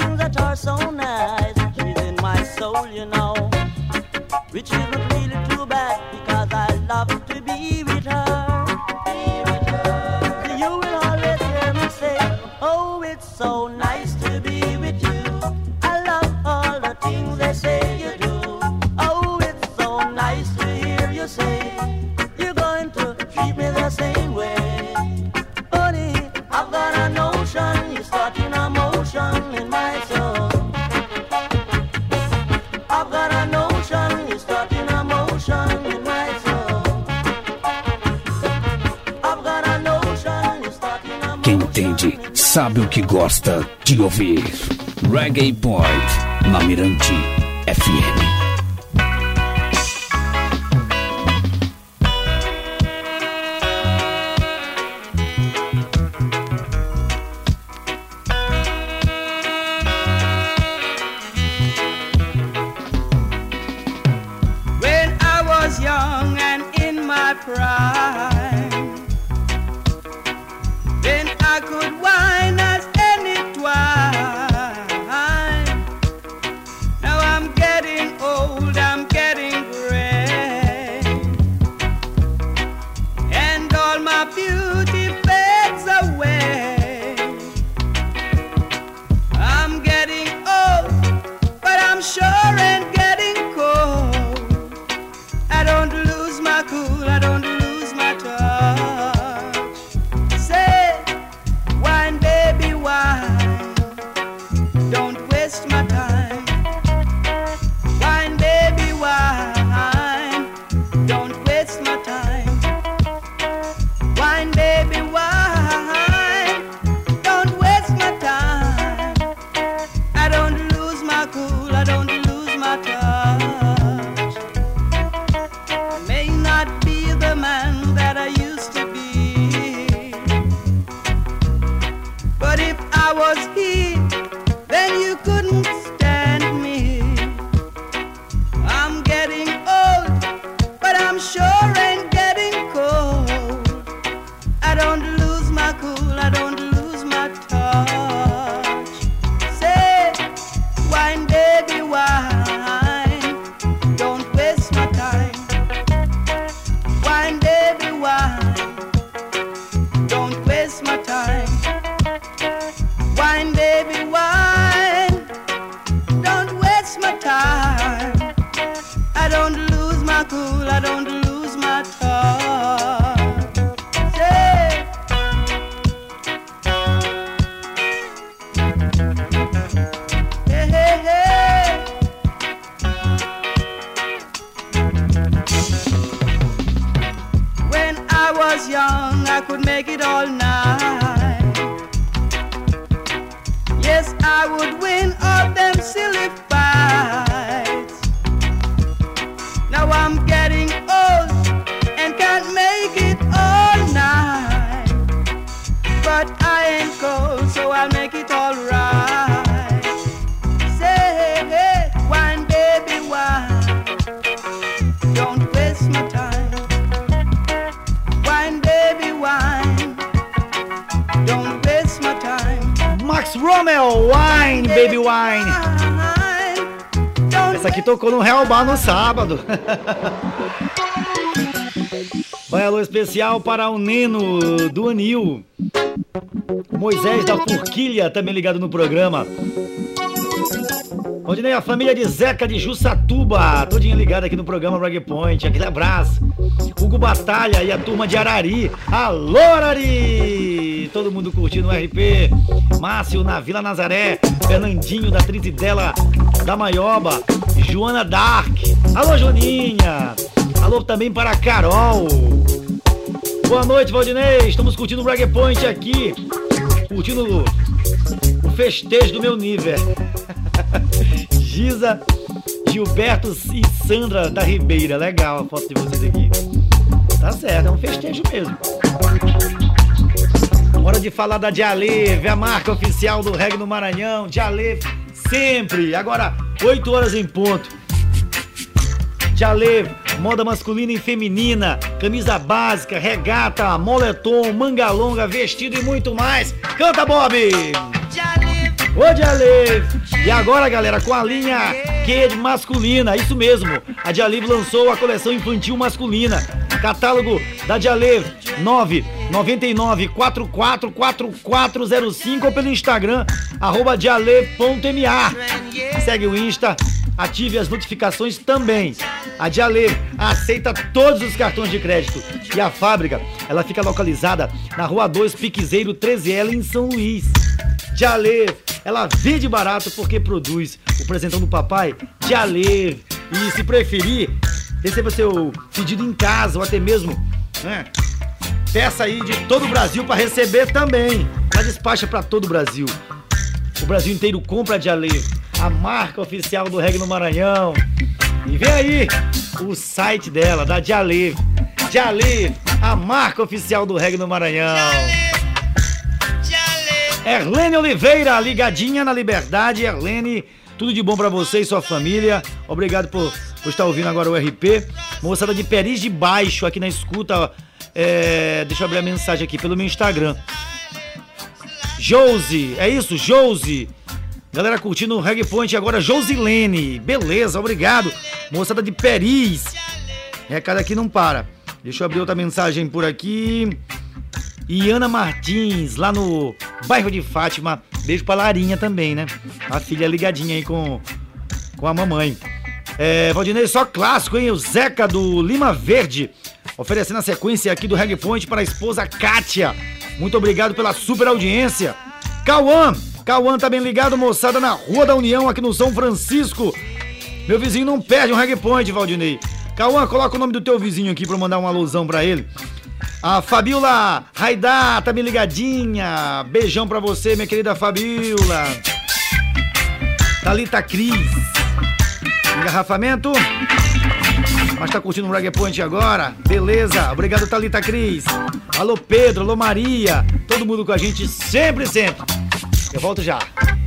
So nice, she's in my soul, you know, which is not really too bad. it's so nice to be with you. I love all the things they say you do. Oh, it's so nice to hear you say you're going to treat me the same way. Honey, I've got a notion, you're starting a motion in my soul. I've got a notion, you're starting a motion in my soul. I've got a notion, you're starting a motion. Quem entende, sabe o que gosta de ouvir. Reggae Point, na Mirante F M. Young and in my prime, then I could whine as any twine. Now I'm getting old, I'm getting gray, and all my beauty fades away. I'm getting old, but I'm sure and getting cold. I don't lose my cool, I don't lose my touch. Say, wine, baby, wine. Don't waste my time. Wine, baby, wine. Don't waste my time. Wine, baby, wine. Don't waste my time. I don't lose my cool, I don't lose my touch. Man that I used to be, but if I was he, then you couldn't stand me. I'm getting old, but I'm sure ain't getting cold. I don't lose my cool, I don't lose my touch. Say, wine, baby, wine. Don't waste my time. Wine, baby, wine. Don't waste my time. Wine, baby, wine. Don't waste my time. I don't lose my cool, I don't lose my touch. Say. Hey, hey, hey. When I was young, I could make it all night. Yes, I would win all them silly fights. Now I'm getting old and can't make it all night. But I ain't cold, so I'll make it all right. Say, hey, wine, baby, wine. Don't waste my time. Wine, baby, wine. Don't waste my time. Max Rommel, Wine, Baby, Wine. Essa aqui tocou no Real Bar no sábado. Vai alô especial para o Neno do Anil. Moisés da Forquilha, também ligado no programa. Ondinei, a família de Zeca de Jussatuba, todinha ligada aqui no programa Reggae Point. Aquele abraço. Hugo Batalha e a turma de Arari. Alô, Arari! Todo mundo curtindo o R P. Márcio na Vila Nazaré. Fernandinho da Trizidela da Maioba. Joana Dark. Alô, Joaninha. Alô também para a Carol. Boa noite, Valdinei. Estamos curtindo o Reggae Point aqui. Curtindo o festejo do meu nível. Giza, Gilberto e Sandra da Ribeira. Legal a foto de vocês aqui. Tá certo, é um festejo mesmo. Hora de falar da Dialeve, a marca oficial do reggae no Maranhão. Dialeve sempre. Agora, oito horas em ponto. Dialeve, moda masculina e feminina, camisa básica, regata, moletom, manga longa, vestido e muito mais. Canta, Bob! Ô, Dialeve! E agora, galera, com a linha Kid masculina, isso mesmo. A Dialeve lançou a coleção infantil masculina. Catálogo da Dialev, nove nove nove quatro quatro quatro quatro zero cinco ou pelo Instagram, arroba dialev ponto m a. Segue o Insta, ative as notificações também. A Dialev aceita todos os cartões de crédito e a fábrica, ela fica localizada na Rua dois, Piquezeiro treze L, em São Luís. Dialev, ela vende barato porque produz o presentão do papai, Dialev. E se preferir, receba seu pedido em casa ou até mesmo, né, peça aí de todo o Brasil para receber também. Ela despacha para todo o Brasil. O Brasil inteiro compra a Dialev, a marca oficial do reggae no Maranhão. E vem aí o site dela, da Dialev. Dialev, a marca oficial do reggae no Maranhão. Erlene Oliveira, ligadinha na Liberdade. Erlene, tudo de bom pra você e sua família. Obrigado por, por estar ouvindo agora o R P. Moçada de Peris de Baixo, aqui na escuta. É, deixa eu abrir a mensagem aqui pelo meu Instagram. Josi, é isso? Josi. Galera curtindo o Reggae Point agora, Josilene. Beleza, obrigado. Moçada de Peris. Recado aqui não para. Deixa eu abrir outra mensagem por aqui. Iana Martins, lá no bairro de Fátima. Beijo pra Larinha também, né? A filha ligadinha aí com, com a mamãe. É, Valdinei, só clássico, hein? O Zeca do Lima Verde, oferecendo a sequência aqui do Reggae Point para a esposa Kátia. Muito obrigado pela super audiência. Cauã, Cauã tá bem ligado, moçada, na Rua da União, aqui no São Francisco. Meu vizinho não perde um Reggae Point, Valdinei. Cauã, coloca o nome do teu vizinho aqui pra eu mandar uma alusão pra ele. A Fabiola Raidá, tá bem ligadinha. Beijão pra você, minha querida Fabiola. Thalita Cris. Engarrafamento. Mas tá curtindo o Reggae Point agora? Beleza, obrigado, Thalita Cris. Alô Pedro, alô Maria. Todo mundo com a gente sempre, sempre. Eu volto já.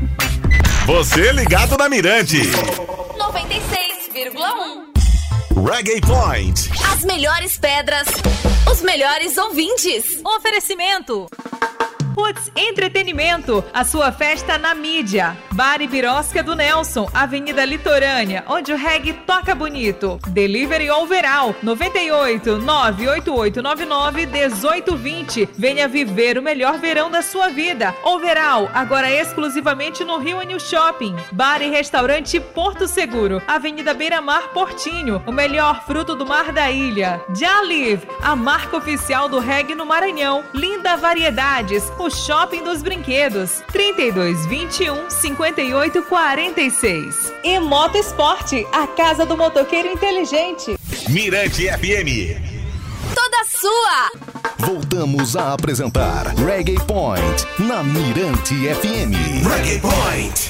Você ligado na Mirante. noventa e seis vírgula um. Reggae Point. As melhores pedras, os melhores ouvintes. Oferecimento Puts Entretenimento, a sua festa na mídia. Bar e Birosca do Nelson, Avenida Litorânea, onde o reggae toca bonito. Delivery Overall, noventa e oito, nove oito oito nove nove, dezoito vinte. Venha viver o melhor verão da sua vida. Overall, agora exclusivamente no Rio Anil Shopping. Bar e Restaurante Porto Seguro, Avenida Beira-Mar Portinho, o melhor fruto do mar da ilha. Dialev, a marca oficial do reggae no Maranhão. Linda Variedades, o shopping dos brinquedos. trinta e dois, vinte e um, cinquenta e oito, quarenta e seis. E Moto Esporte, a casa do motoqueiro inteligente. Mirante F M. Toda sua. Voltamos a apresentar Reggae Point na Mirante F M. Reggae Point.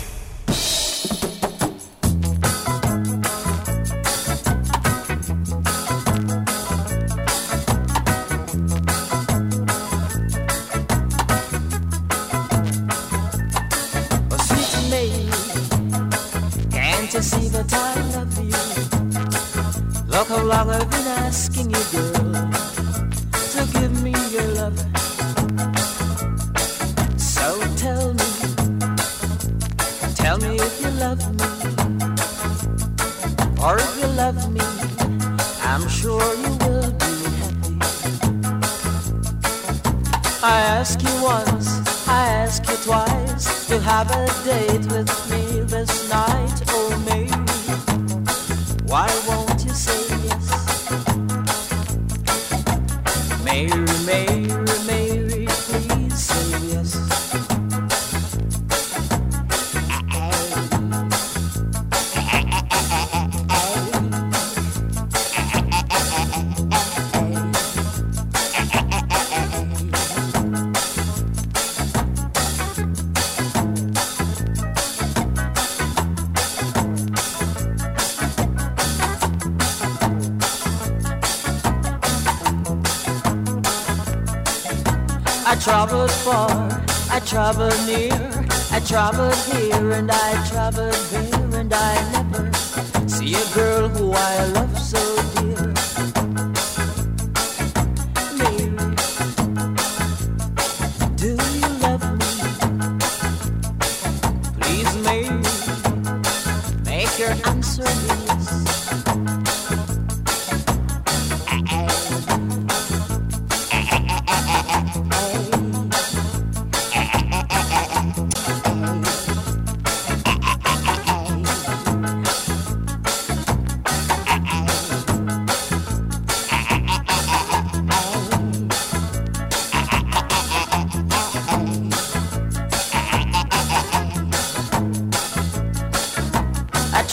To see the time of you. Look how long I've been asking you, girl, to give me your love. So tell me, tell me if you love me, or if you love me, I'm sure you will be happy. I ask you once, I ask you twice, to have a date with me this night, oh Mary, why won't you say yes? Mary, Mary, Mary, please say yes. I traveled far, I traveled near, I traveled here and I traveled there, and I never see a girl who I love so dear. Mary, do you love me? Please, Mary, make your answer yes.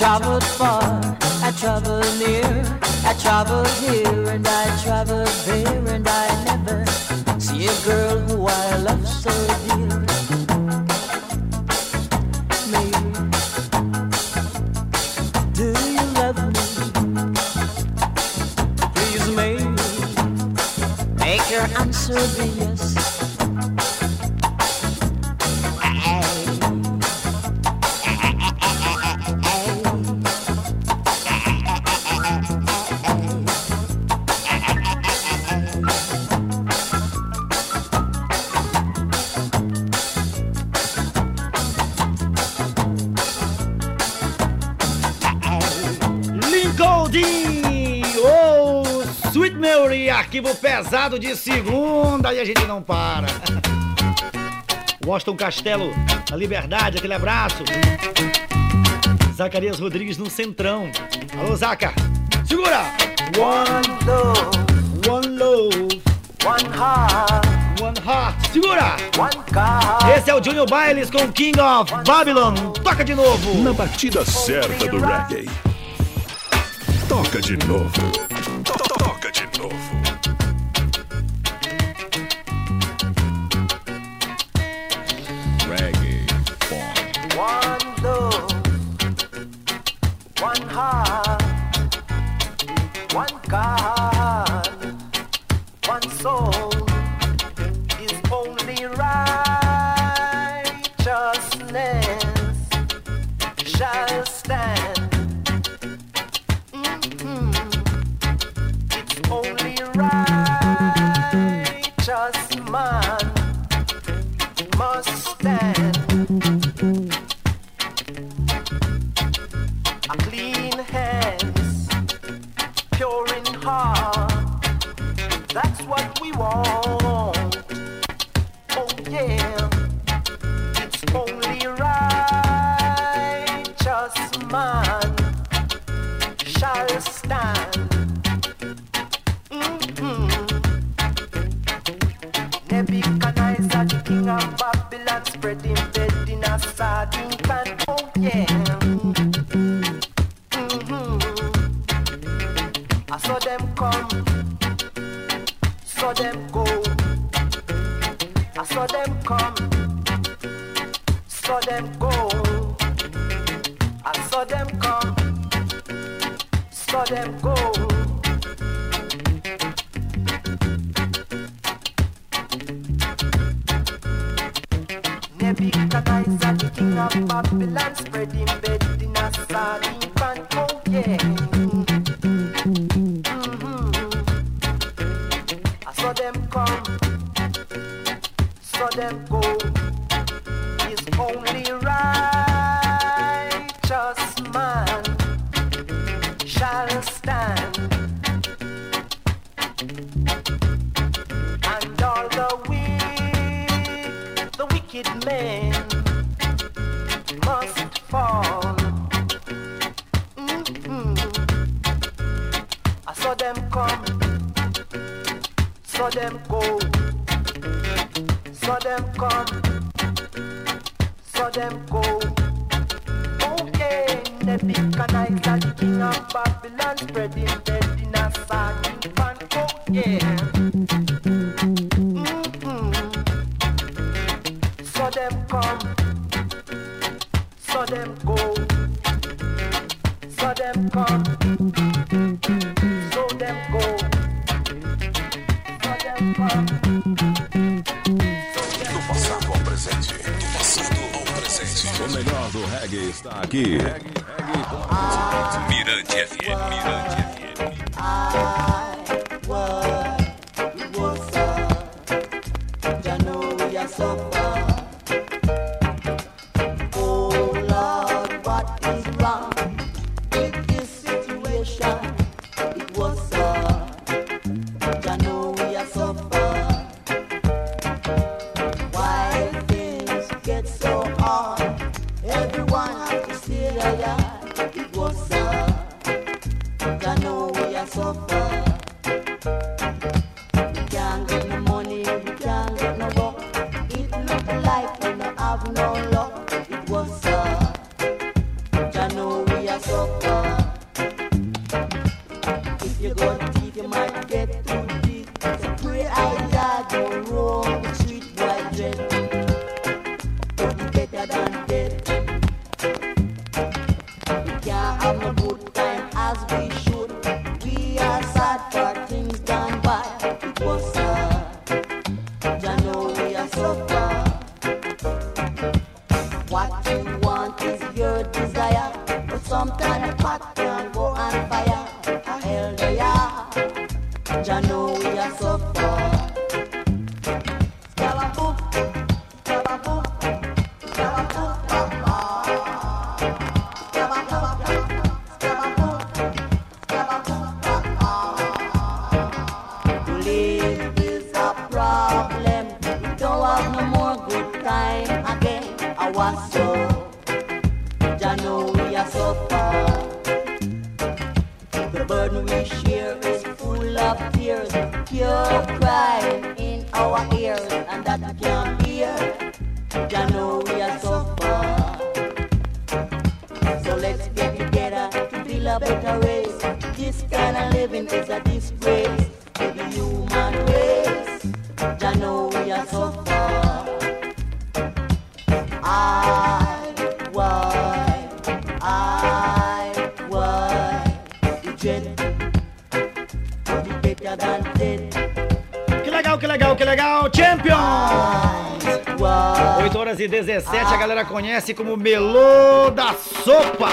traveled far, I traveled near, I traveled here and I traveled there, and I never see a girl who I love so dear. Maybe, do you love me? Please, maybe, make your answer be yes. Arquivo pesado de segunda e a gente não para. Washington Castelo, na Liberdade, aquele abraço. Zacarias Rodrigues no Centrão. Alô, Zaca, segura! One love, one love, one heart, one heart, segura! One God. Esse é o Junior Bailes com King of Babylon. Toca de novo. Na batida certa do reggae. Toca de novo. Toca de novo. Reggae Point. One love, one heart, one God, one soul is only righteousness shall stand. Only righteous man must stand. A clean hands, pure in heart, that's what we want. Oh yeah, it's only righteous man shall stand. Nebuchadnezzar, the king of Babylon, spreading bed in a sardine can. Oh yeah. Mm-hmm. I saw them come, saw them go. I saw them come, saw them go. I saw them come, saw them go. Nebuchadnezzar, the king of Babylon, spreading bed in a sardine pan. Oh yeah. Mm-hmm. I saw them come, saw them go. His only righteous man shall stand, and all the weak, the wicked men must fall. Mm-hmm. I saw them come, saw them go, saw them come, saw them go. Okay, Nebuchadnezzar, the king of Babylon, spreading bed in a sardine pan. Oh yeah. Saw them come, saw them go, saw them come, saw them go, saw them come. Do passado ao presente, do passado ao presente. O melhor do reggae está aqui. Reggae, reggae, Mirante F M, Mirante F M. I was, was I know we are so far. So What you want is your desire, but sometimes the pot can go on fire. Hell they are, Jah know we are so far. Scalaboo, scalaboo, scalaboo, scalaboo. To live is a problem. We don't have no more good time again. I was so, Jah know we are so far. The burden we share is full of tears, pure crying in our ears, and that we can't bear. Jah know we are so far. So let's get together to build a better race. This kind of living is a disgrace to the human race. Jah know we are so far. I, why, I, why, the dread of the better than dead. Que legal, que legal, que legal, Champions! oito horas e dezessete, a galera conhece como Melô da Sopa.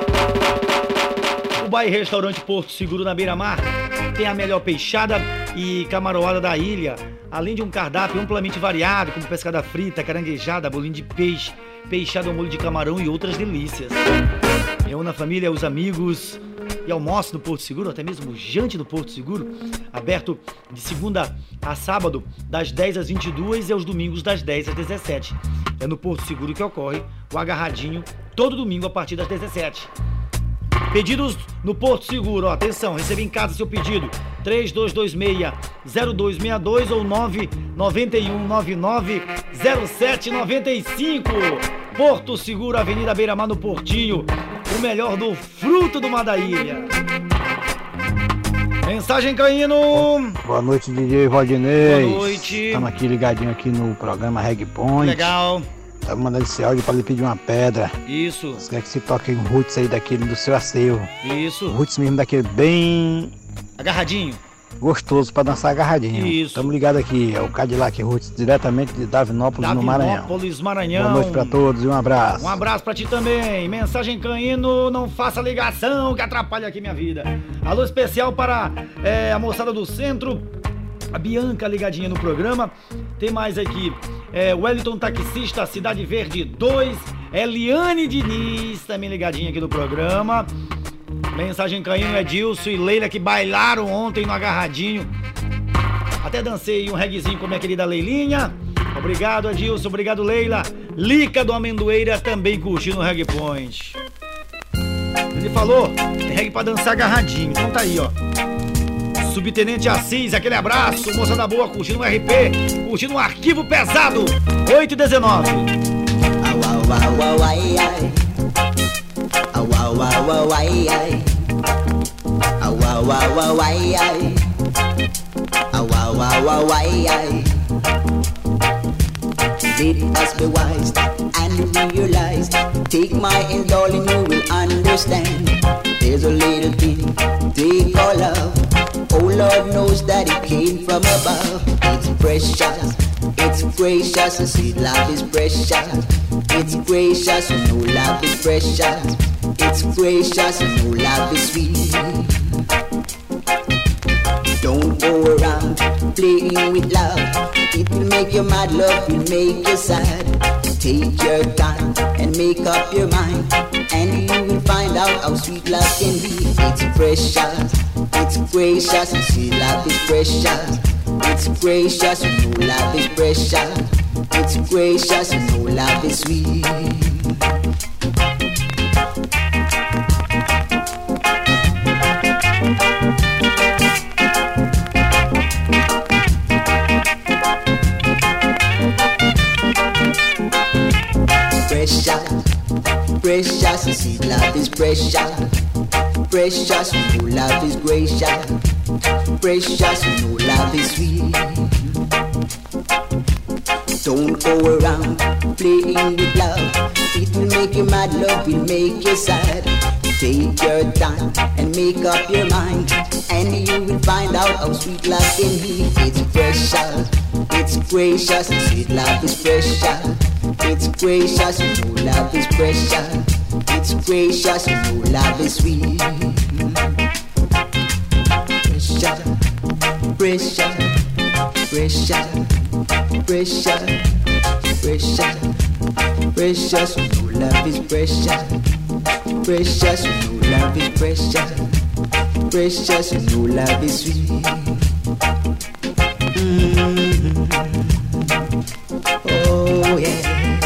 O Bar e Restaurante Porto Seguro na Beira-Mar tem a melhor peixada e camaroada da ilha, além de um cardápio amplamente variado, como pescada frita, caranguejada, bolinho de peixe, peixada ao molho de camarão e outras delícias. Reúna a família, os amigos e almoço no Porto Seguro, até mesmo jante no Porto Seguro, aberto de segunda a sábado, das dez às vinte e duas e aos domingos das dez às dezessete. É no Porto Seguro que ocorre o agarradinho, todo domingo a partir das dezessete. Pedidos no Porto Seguro, ó, atenção, receba em casa seu pedido, três dois dois seis, zero dois seis dois ou nove nove um nove nove zero sete nove cinco. Porto Seguro, Avenida Beira-Mar no Portinho, o melhor do fruto do mar da ilha. Mensagem caindo. Boa noite, D J Valdinei. Boa noite. Estamos aqui ligadinho aqui no programa Reggae Point. Legal. Estamos mandando esse áudio para lhe pedir uma pedra. Isso. Você quer que se toque um roots aí daquele do seu acervo. Isso. Roots mesmo daquele bem... agarradinho. Gostoso para dançar agarradinho. Isso. Estamos ligados aqui, é o Cadillac Roots, diretamente de Davinópolis, no Maranhão. Davinópolis, Maranhão. Boa noite para todos e um abraço. Um abraço para ti também. Mensagem caindo, não faça ligação que atrapalha aqui minha vida. Alô especial para é, a moçada do centro, a Bianca ligadinha no programa. Tem mais aqui, é, Wellington Taxista, Cidade Verde dois, Eliane Diniz também ligadinha aqui no programa. Mensagem caindo, Edilson e Leila que bailaram ontem no agarradinho. Até dancei um reguezinho com minha querida Leilinha. Obrigado, Edilson, obrigado, Leila. Lica do Amendoeira também curtindo o Reggae Point. Ele falou, tem reggae pra dançar agarradinho, então tá aí, ó. Subtenente Assis, aquele abraço, moça da boa, curtindo o R P, curtindo um arquivo pesado, oito e dezenove. Let us be wise and realize. Take my hand, darling, you will understand. There's a little thing they call love. Oh, Lord knows that it came from above. It's precious, it's gracious. I see love is precious. It's gracious, you know love is precious. It's gracious, you know love is sweet. Don't go around playing with love. It will make you mad, love will make you sad. Take your time and make up your mind, and you will find out how sweet love can be. It's precious, it's gracious, you see love is precious. It's gracious, you know love is precious. It's gracious, you know love is sweet. Precious, you see love is precious. Precious, you know love is gracious. Precious, you know love is sweet. Don't go around playing with love. It will make you mad, love will make you sad. Take your time and make up your mind, and you will find out how sweet love can be. It's precious, it's gracious, sweet love is precious. It's gracious, you know love is precious. It's gracious, you know love is sweet. Precious, precious, precious, precious, precious, precious, you know love is precious. Precious, you know love is precious. Precious, you know love is sweet. Mm-hmm. Oh yeah.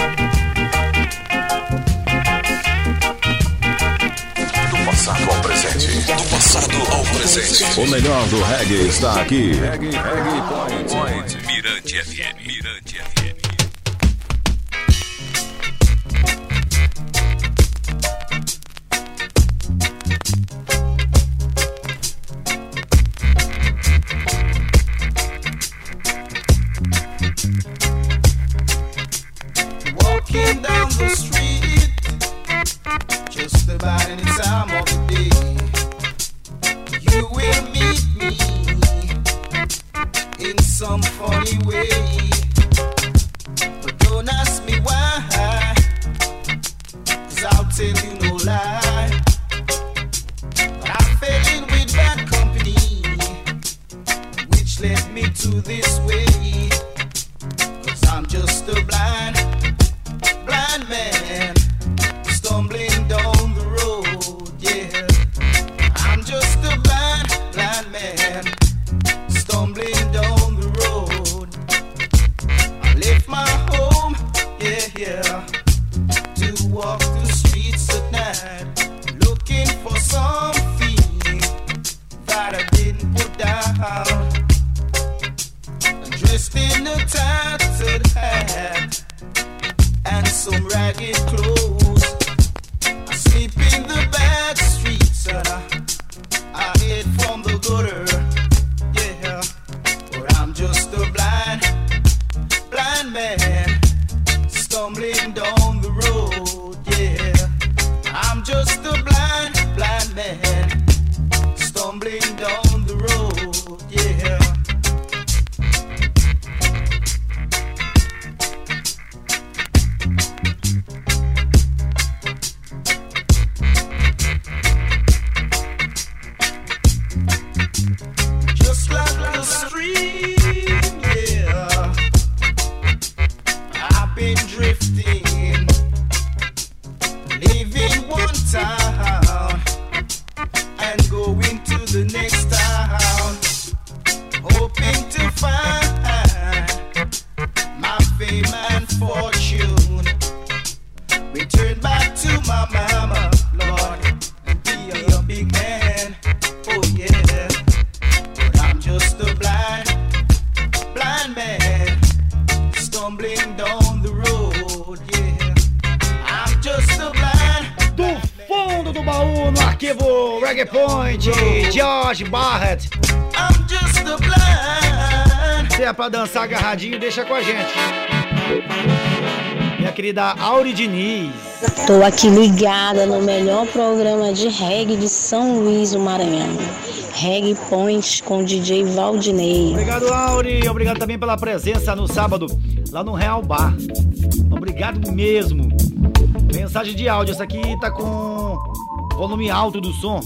Do passado ao presente. Do passado ao presente. O melhor do reggae está aqui. Reggae, reggae Point. Point. Mirante F M. Mirante F M. Walking down the street, just about any time of the day, you will meet me in some funny way. But don't ask me why, 'cause I'll tell you no lie. But I fell in with bad company, which led me to this way. 'Cause I'm just a blind blind man, stumbling down the road, yeah. I'm just a blind, blind man, stumbling down the road. I left my home, yeah, yeah, to walk the streets at night, looking for something that I didn't put down. Dressed in a tattered hat and some ragged clothes, I sleep in the back streets and I, I hid from the gutter, yeah. But I'm just a blind, blind man, stumbling down the road, yeah. I'm just a blind, blind man, stumbling down the road, yeah. Just like the stream, yeah, I've been drifting, leaving one town and going to the next town, hoping to find my fame and fortune, return back to my mama, Lord, and be a big man, oh yeah. Just a blind, blind man, stumbling down the road, yeah. I'm just a blind. Do fundo do baú, no arquivo Reggae Point, George Barrett. I'm just a blind. Se é pra dançar agarradinho, deixa com a gente. Minha querida Auri Diniz. Tô aqui ligada no melhor programa de reggae de São Luís do Maranhão. Reggae Point com D J Valdinei. Obrigado, Auri. Obrigado também pela presença no sábado, lá no Real Bar. Obrigado mesmo. Mensagem de áudio. Essa aqui tá com volume alto do som.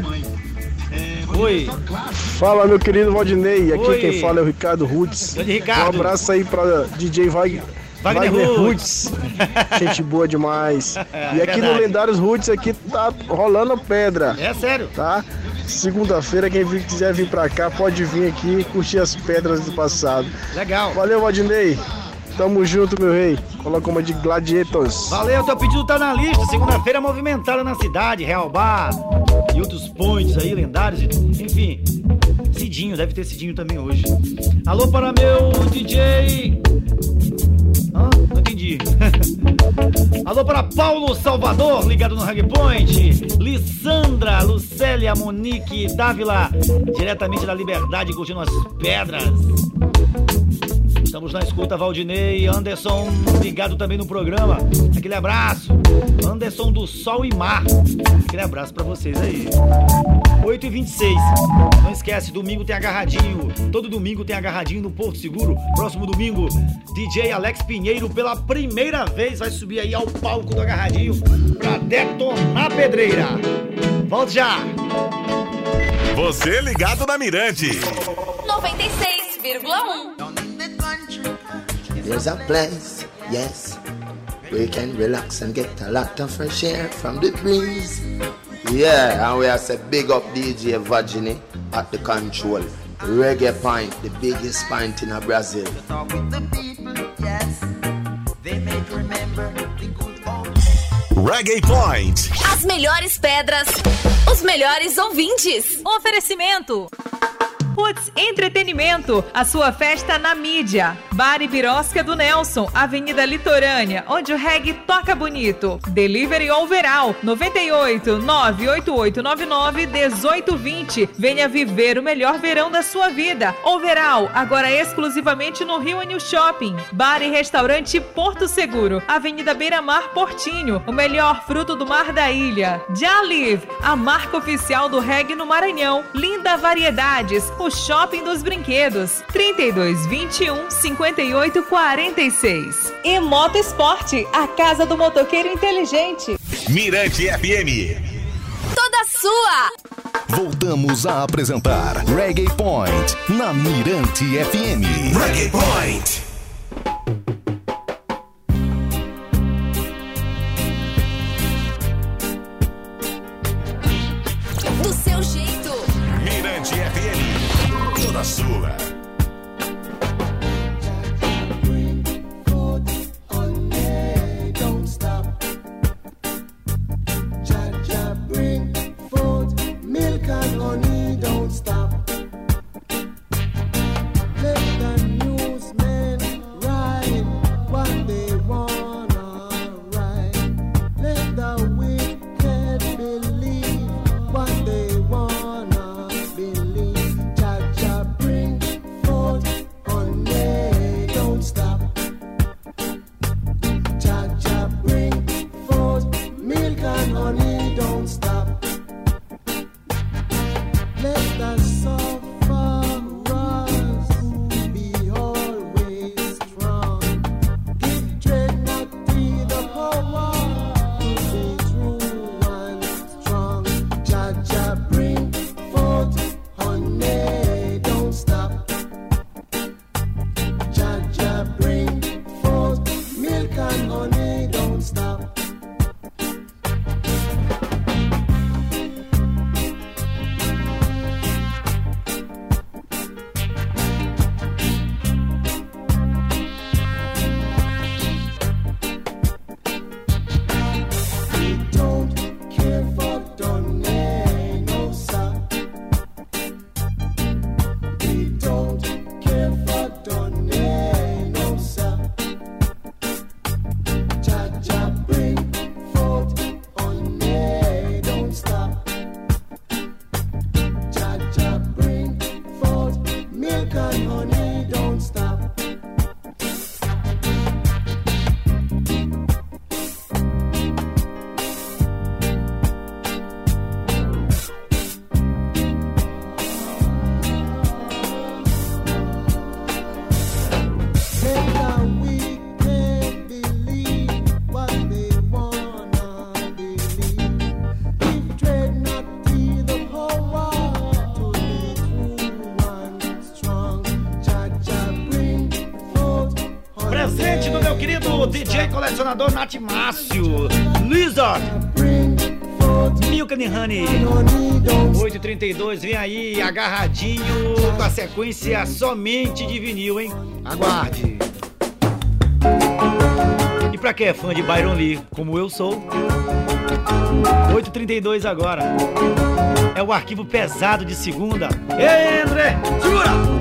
Oi. Fala, meu querido Valdinei. Aqui Oi. quem fala é o Ricardo Roots. Ricardo. Um abraço aí pra D J Wagner, Wagner, Wagner Roots. Roots. Gente boa demais. É, e aqui verdade. no Lendários Roots aqui tá rolando pedra. É sério? Tá? Segunda-feira, quem quiser vir pra cá, pode vir aqui e curtir as pedras do passado. Legal. Valeu, Valdinei. Tamo junto, meu rei. Coloca uma de Gladiators. Valeu, teu pedido tá na lista. Segunda-feira movimentada na cidade, Real Bar e outros points aí, lendários. Enfim, Cidinho, deve ter Cidinho também hoje. Alô para meu D J... Ah, não entendi. Alô para Paulo Salvador, ligado no Reggae Point. Lissandra, Lucélia, Monique, Dávila, diretamente da Liberdade, curtindo as pedras. Estamos na escuta, Valdinei, Anderson, ligado também no programa. Aquele abraço. Anderson do Sol e Mar. Aquele abraço pra vocês aí. oito e vinte e seis. Não esquece, domingo tem agarradinho. Todo domingo tem agarradinho no Porto Seguro. Próximo domingo, D J Alex Pinheiro, pela primeira vez, vai subir aí ao palco do agarradinho pra detonar a pedreira. Volte já. Você ligado na Mirante. noventa e seis vírgula um. There's a place, yes, where you can relax and get a lot of fresh air from the breeze. Yeah, and we are say big up D J Vagini at the control. Reggae Point, the biggest point in Brazil. Talk with the people, yes, they make remember the good old. Reggae Point. As melhores pedras, os melhores ouvintes. Oferecimento Roots Entretenimento, a sua festa na mídia. Bar e Birosca do Nelson, Avenida Litorânea, onde o reggae toca bonito. Delivery Overall, nove oito nove oito oito nove nove um oito dois zero. Venha viver o melhor verão da sua vida. Overall, agora exclusivamente no Rio New Shopping. Bar e Restaurante Porto Seguro, Avenida Beira Mar Portinho, o melhor fruto do mar da ilha. Jaliv, a marca oficial do reggae no Maranhão. Linda Variedades, o Shopping dos Brinquedos, trinta e dois, vinte e um, cinquenta e oito, quarenta e seis. E Moto Esporte, a casa do motoqueiro inteligente. Mirante F M. Toda sua. Voltamos a apresentar Reggae Point na Mirante F M. Reggae Point. Do seu jeito. Mirante F M. Toda sua. Colecionador Nath Márcio, Lizard, Milk and Honey, oito e trinta e dois, vem aí, agarradinho, com a sequência somente de vinil, hein? Aguarde. E pra quem é fã de Byron Lee, como eu sou, oito e trinta e dois agora, é o arquivo pesado de segunda. Ei, André, segura!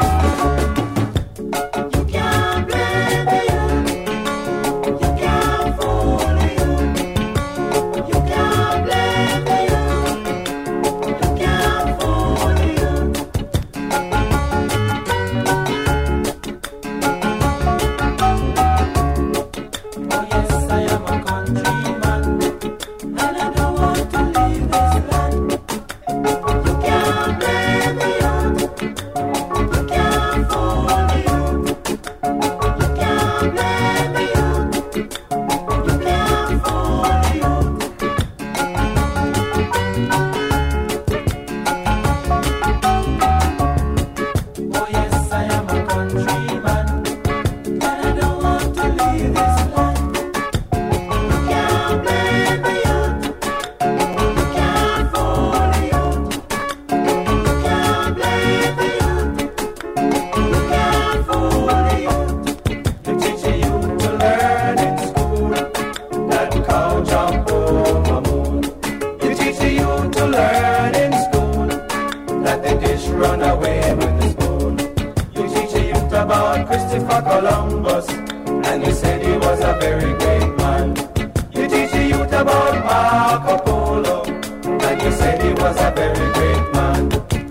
about Marco Polo, and you said he was a very great man.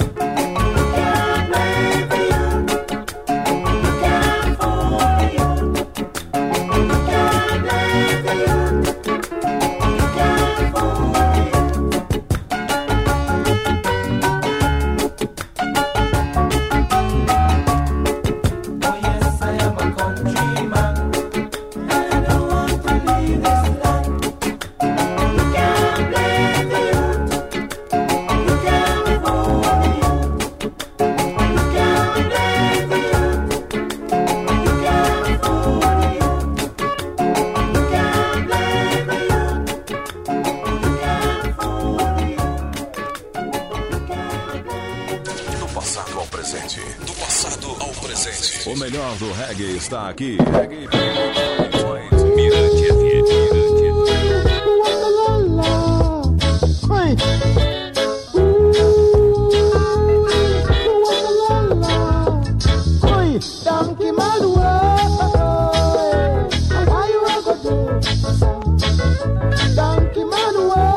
O melhor do reggae está aqui. Reggae Point. Mirante F M. Mirante Donkey man, why you ever do? Donkey man,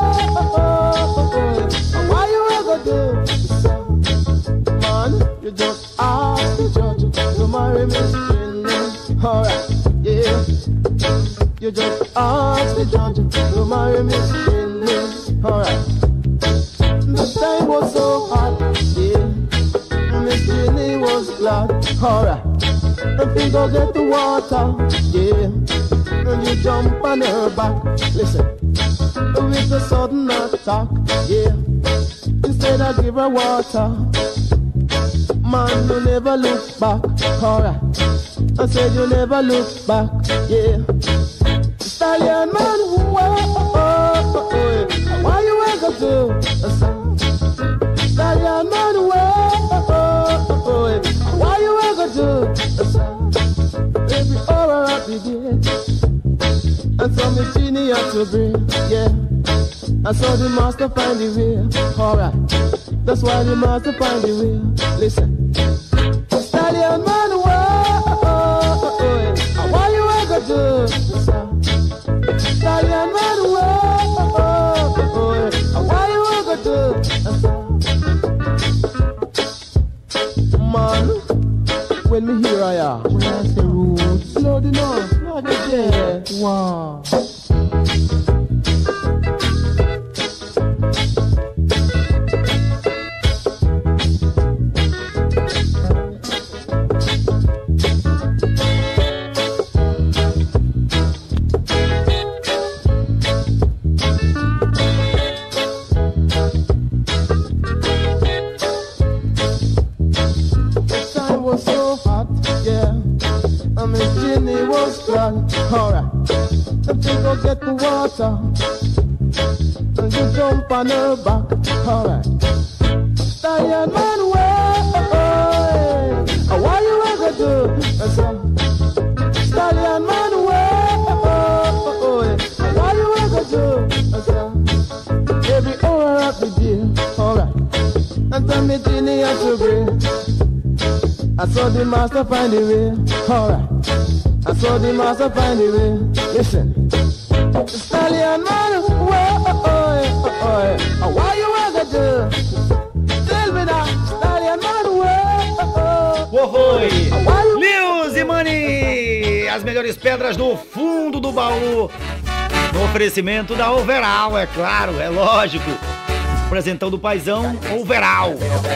why you ever do? Man, you just ask the judge to marry me. Alright, yeah. You just ask the judge to marry me. Alright. The time was so hot, yeah. Miss Jenny was glad. Alright. If you go get the water, yeah. And you jump on her back. Listen, with a sudden attack, yeah. Instead I give her water, man, you never look back. Alright. I said you never look back, yeah. Stallion man, whoa, oh, oh, oh, oh. Why you ever do? Stallion man, whoa, oh, oh, oh, oh. Why you ever do? Every hour of the day, and some the genie had to bring, yeah. I saw the master find the way, alright. That's why the master find the way. Listen, Stallion man, whoa, oh, oh, oh. Why you ever do? Stallion man, whoa, oh, oh, oh. Why you ever do? Man, when me hear I am, when I say rude, slow down, not there. Wow. Alright, if you go get the water, and you jump on her back. Alright, Stallion man, whoa, why you ever do? Stallion man, whoa, why you ever do? Every hour of the day, alright, and tell me Ginny has to bring. I saw the master find the way, alright. I saw the master find the way. Listen, Stallion man, whoa, oh, oh, oh, oh. Why you ever do? Tell me now, Stallion man, whoa, oh, oh. Oi! Lewis e Money, as melhores pedras do fundo do baú. No oferecimento da Overall, é claro, é lógico. Apresentando o paizão, Overall.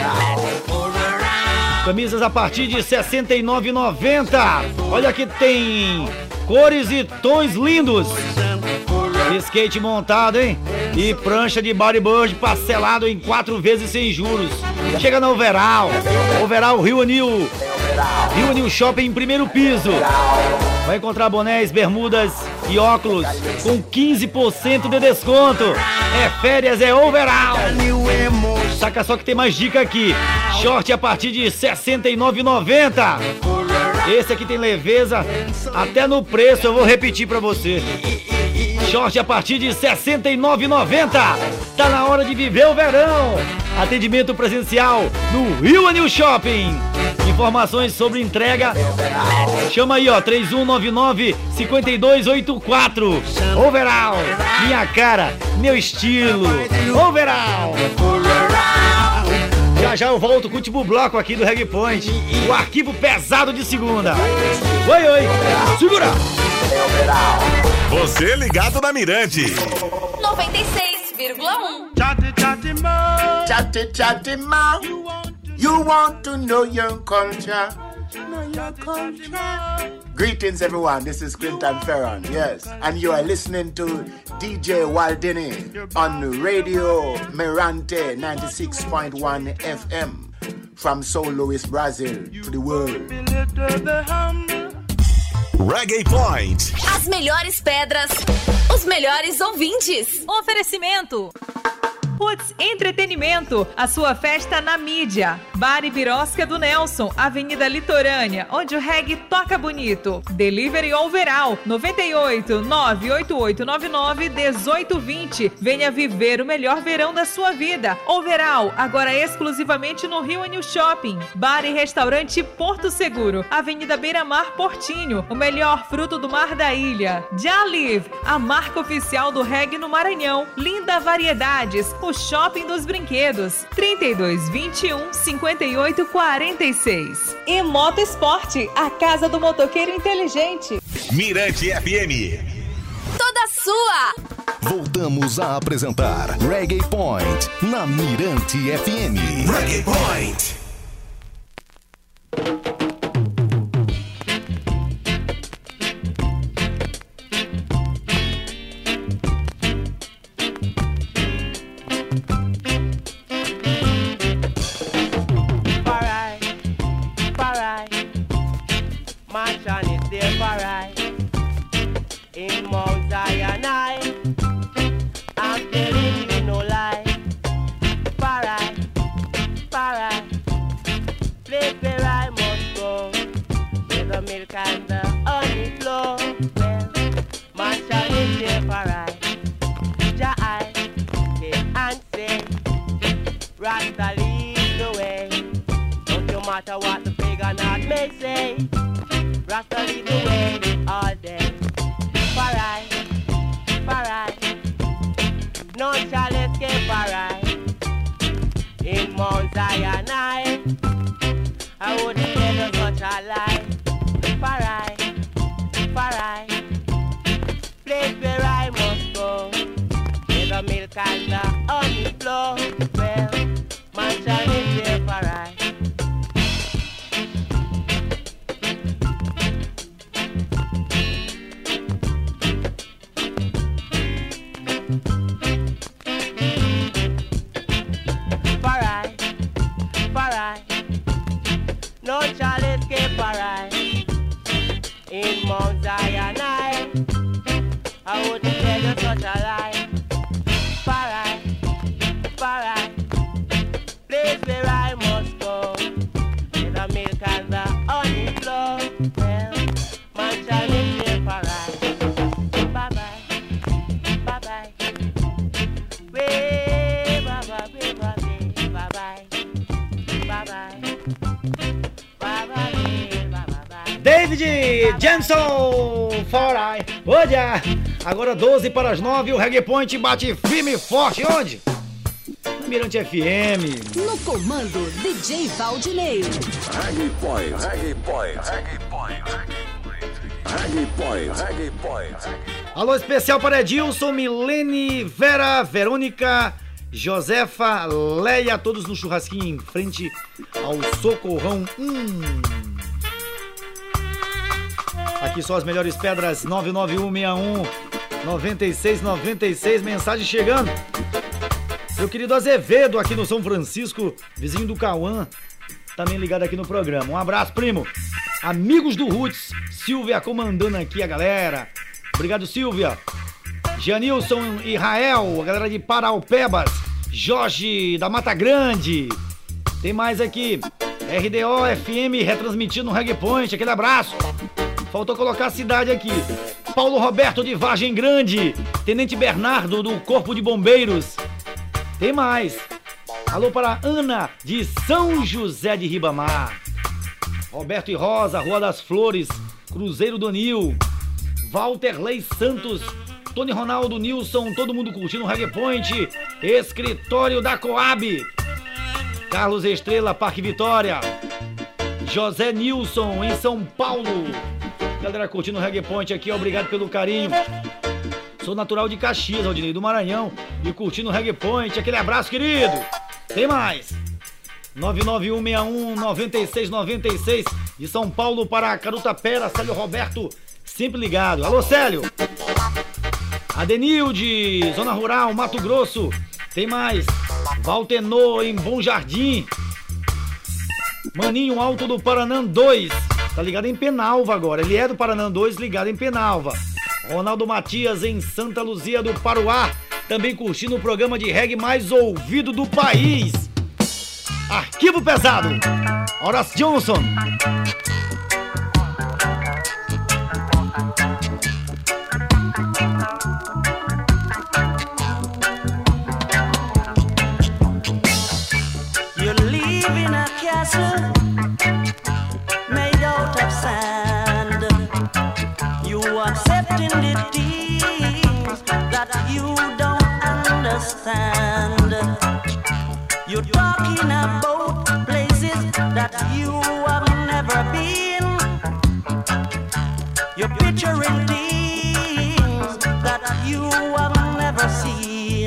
Camisas a partir de sessenta e nove reais e noventa centavos. Olha que tem cores e tons lindos. Skate montado, hein? E prancha de bodyboard parcelado em quatro vezes sem juros. Chega na Overall. Overall Rio Anil. Rio Anil Shopping em primeiro piso. Vai encontrar bonés, bermudas e óculos com quinze por cento de desconto. É férias, é Overall. Saca só que tem mais dica aqui. Short a partir de sessenta e nove reais e noventa centavos. Esse aqui tem leveza até no preço, eu vou repetir pra você. Short a partir de sessenta e nove reais e noventa centavos. Tá na hora de viver o verão. Atendimento presencial no Rio Anil Shopping. Informações sobre entrega, chama aí, ó, três um nove nove, cinco dois oito quatro. Overall, minha cara, meu estilo. Overall. Já já eu volto com o último bloco aqui do Reggae Point, o arquivo pesado de segunda. Oi, oi, segura. Você ligado na Mirante noventa e seis vírgula um. Chatty, chatty, mouth. Chatty, chatty, mouth. You want to know your culture. Know your culture. Greetings, everyone. This is Clinton Ferron, yes. And you are listening to D J Waldini on Radio Mirante ninety-six point one F M from São Luís, Brazil, to the world. Reggae Point. As melhores pedras, os melhores ouvintes. Oferecimento Puts Entretenimento, a sua festa na mídia. Bar e Birosca do Nelson, Avenida Litorânea, onde o reggae toca bonito. Delivery Overall, nove oito nove oito oito nove nove um oito dois zero. Venha viver o melhor verão da sua vida. Overall, agora exclusivamente no Rio Anil Shopping. Bar e Restaurante Porto Seguro, Avenida Beira Mar Portinho, o melhor fruto do mar da ilha. Jalive, a marca oficial do reggae no Maranhão. Linda Variedades, o Shopping dos Brinquedos, trinta e dois, vinte e um, cinquenta e oito, quarenta e seis. E Moto Esporte, a casa do motoqueiro inteligente. Mirante F M. Toda sua! Voltamos a apresentar Reggae Point na Mirante F M. Reggae Point. In Mount Zion, I'm telling you no lie. Farai, Farai, place where I must go, where the milk and the honey flow. Well, man shall live there, Farai. Jah I came and say, Rasta lead the way. Don't no matter what the pagan heart may say, Rasta lead the way all day. Farai, Farai, none shall escape Farai. In Mount Zion, I, I wouldn't tell you such a lie. Farai, Farai, place where I must go, where the milk and the honey flow. Well, man shall live there, Farai. No child escape Farai. In Mount Zion, I, I wouldn't tell you such a lie. Farai, Farai, place where I must go, where the milk and the honey flow. Well, man shall live there, Farai. Bye bye, bye bye. Way, bye bye, bye bye, bye bye, bye bye. David Jensen, Farai. Olha, agora doze para as nove, o Reggae Point bate firme e forte. Onde? Na Mirante F M. No comando, D J Valdinei. Reggae Point, Reggae Point, Reggae Point, Reggae Point, Reggae Point. Alô especial para Edilson, Milene, Vera, Verônica, Josefa, Leia, todos no churrasquinho em frente ao Socorrão. Hum... Aqui só as melhores pedras, nove nove um seis um nove seis nove seis, mensagem chegando. Meu querido Azevedo, aqui no São Francisco, vizinho do Cauã, também ligado aqui no programa. Um abraço, primo. Amigos do Roots, Silvia comandando aqui a galera. Obrigado, Silvia. Janilson e Rael, a galera de Paraupebas. Jorge da Mata Grande. Tem mais aqui. R D O F M retransmitindo no Reggae Point, aquele abraço. Faltou colocar a cidade aqui. Paulo Roberto de Vargem Grande. Tenente Bernardo do Corpo de Bombeiros. Tem mais. Alô para Ana de São José de Ribamar. Roberto e Rosa, Rua das Flores, Cruzeiro do Nil, Walter Lei Santos, Tony Ronaldo, Nilson, todo mundo curtindo o Reggae Point, Escritório da Coab, Carlos Estrela, Parque Vitória, José Nilson, em São Paulo. Galera curtindo o Reggae Point aqui, obrigado pelo carinho. Sou natural de Caxias, Aldinei, do Maranhão, e curtindo o Reggae Point. Aquele abraço, querido. Tem mais. nove nove um seis um nove seis nove seis, de São Paulo para Carutapera, Célio Roberto, sempre ligado. Alô, Célio. Adenilde, Zona Rural, Mato Grosso. Tem mais. Valtenô, em Bom Jardim. Maninho Alto do Paranã dois. Tá ligado em Penalva agora. Ele é do Paranã dois, ligado em Penalva. Ronaldo Matias, em Santa Luzia do Paruá, também curtindo o programa de reggae mais ouvido do país. Arquivo Pesado, Horace Johnson. You live in a castle made out of sand. You accepting the things that you don't understand. You're talking about places that you have never been. You're picturing things that you have never seen.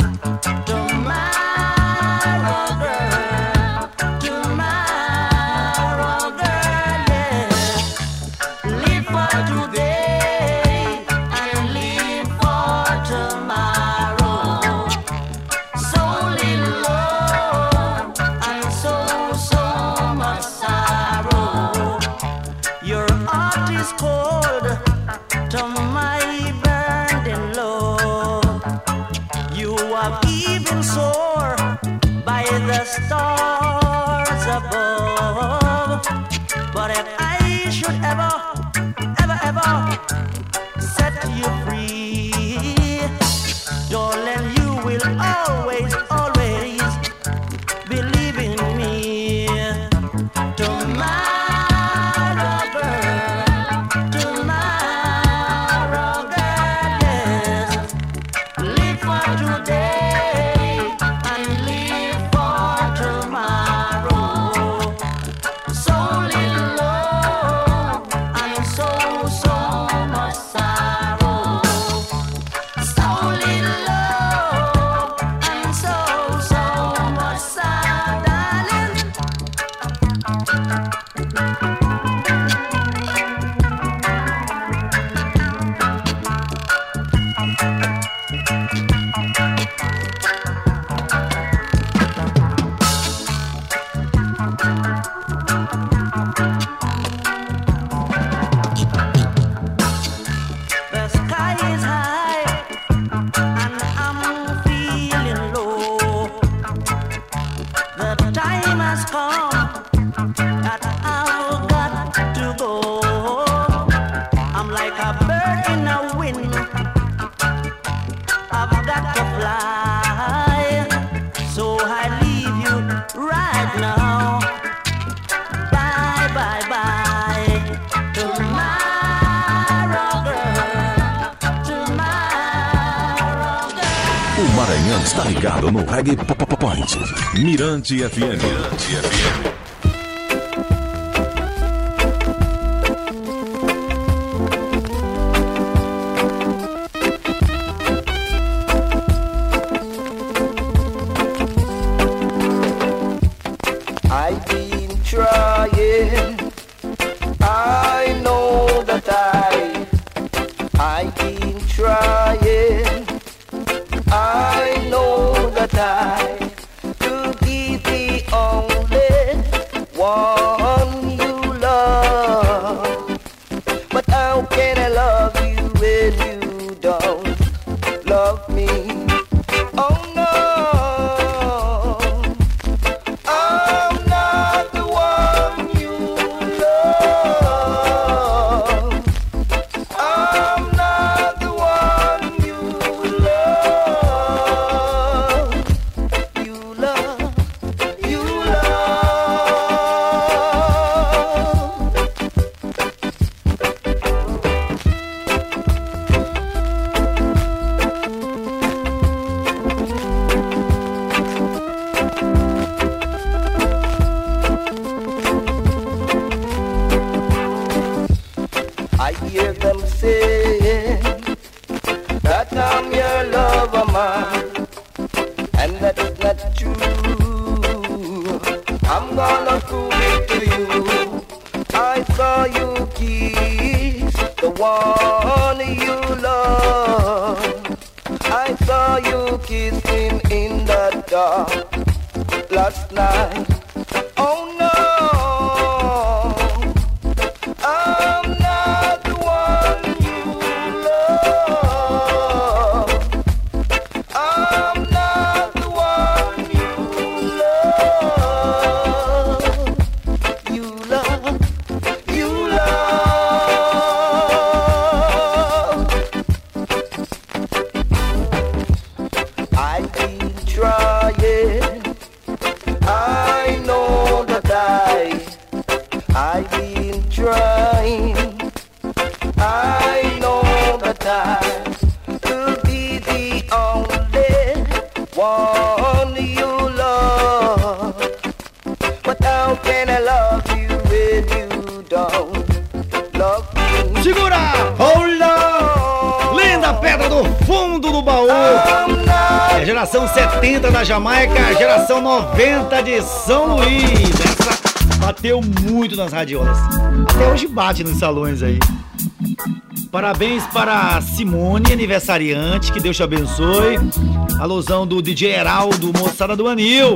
Tomorrow, girl, tomorrow, girl, yes. Live for today and live for tomorrow. So little love and so, so much sorrow. Your heart is cold to my burning love. You have even sore by the stars above. But if I should ever, ever, ever set you free, darling, you will always, always believe in me. Tomorrow, girl, tomorrow, girl, yes. Live for today and live for tomorrow. So little love and so, so much sorrow. So little love and so, so much sorrow, darling. The sky is high and I'm feeling low. The time has come that I've got to go. I'm like a bird in the wind. I've got to fly. So I leave you right now. Bye, bye, bye. Tomorrow, girl. Tomorrow, girl. O Maranhão está ligado no Reggae Point. Mirante F M. Mirante F M. I've been trying. I know that I, I've been trying. I know that I could be the only one you love. But how can I love you when you don't love me? Oh no. I'm not the one you love. I'm not the one you love. You love, you love. one, and that is not true. I'm gonna prove it to you. I saw you kiss the one you love. I saw you kiss him in the dark last night. Oh no, I'm not the one you love. I'm not the one you love. You love, you love. I've been trying. I know that I, I've been trying. I know that I will be the only one you love. But how can I love you when you don't love me? Segura! Hold on! Linda pedra do fundo do baú! É geração setenta da Jamaica, geração noventa de São Luís. Essa bateu muito nas radiolas. Até hoje bate nos salões aí. Parabéns para Simone, aniversariante, que Deus te abençoe. Alusão do D J Heraldo, moçada do Anil.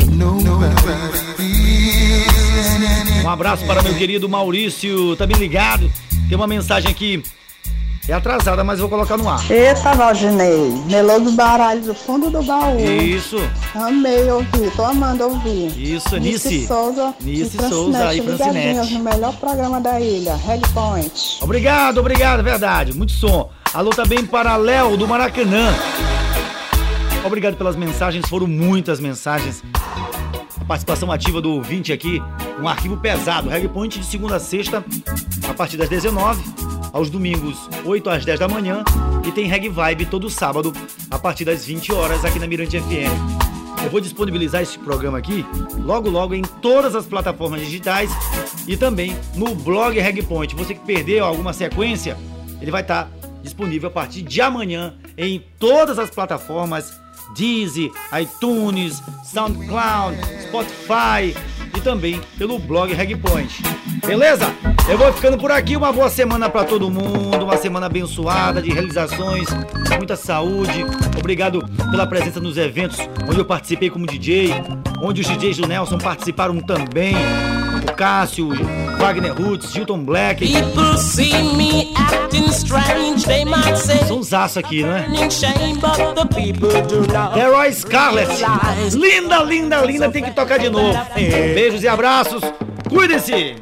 Um abraço para meu querido Maurício, tá bem ligado? Tem uma mensagem aqui. É atrasada, mas vou colocar no ar. Eita, Valdinei, melô do baralho do fundo do baú. Isso. Amei ouvir, tô amando ouvir. Isso, Nice. Nice Souza. Nice Souza aí, Francinete. No melhor programa da ilha, Reggae Point. Obrigado, obrigado, verdade, muito som. Alô também para Léo do Maracanã. Obrigado pelas mensagens, foram muitas mensagens. A participação ativa do ouvinte aqui, um arquivo pesado, Reggae Point de segunda a sexta, a partir das dezenove, aos domingos, oito às dez da manhã, e tem Reggae Vibe todo sábado, a partir das vinte horas, aqui na Mirante F M. Eu vou disponibilizar esse programa aqui, logo logo, em todas as plataformas digitais e também no blog Reggae Point. Você que perdeu alguma sequência, ele vai estar disponível a partir de amanhã em todas as plataformas, Deezer, iTunes, SoundCloud, Spotify e também pelo blog Reggae Point. Beleza? Eu vou ficando por aqui. Uma boa semana pra todo mundo, uma semana abençoada de realizações, muita saúde. Obrigado pela presença nos eventos onde eu participei como D J, onde os D Js do Nelson participaram também. O Cássio, Wagner Roots, Hilton Black. People see me acting strange, they might say. São os aço aqui, né? Shame, but the people do not. Leroy Scarlett. Linda, linda, linda, tem que tocar de novo. Beijos e abraços. Cuidem-se.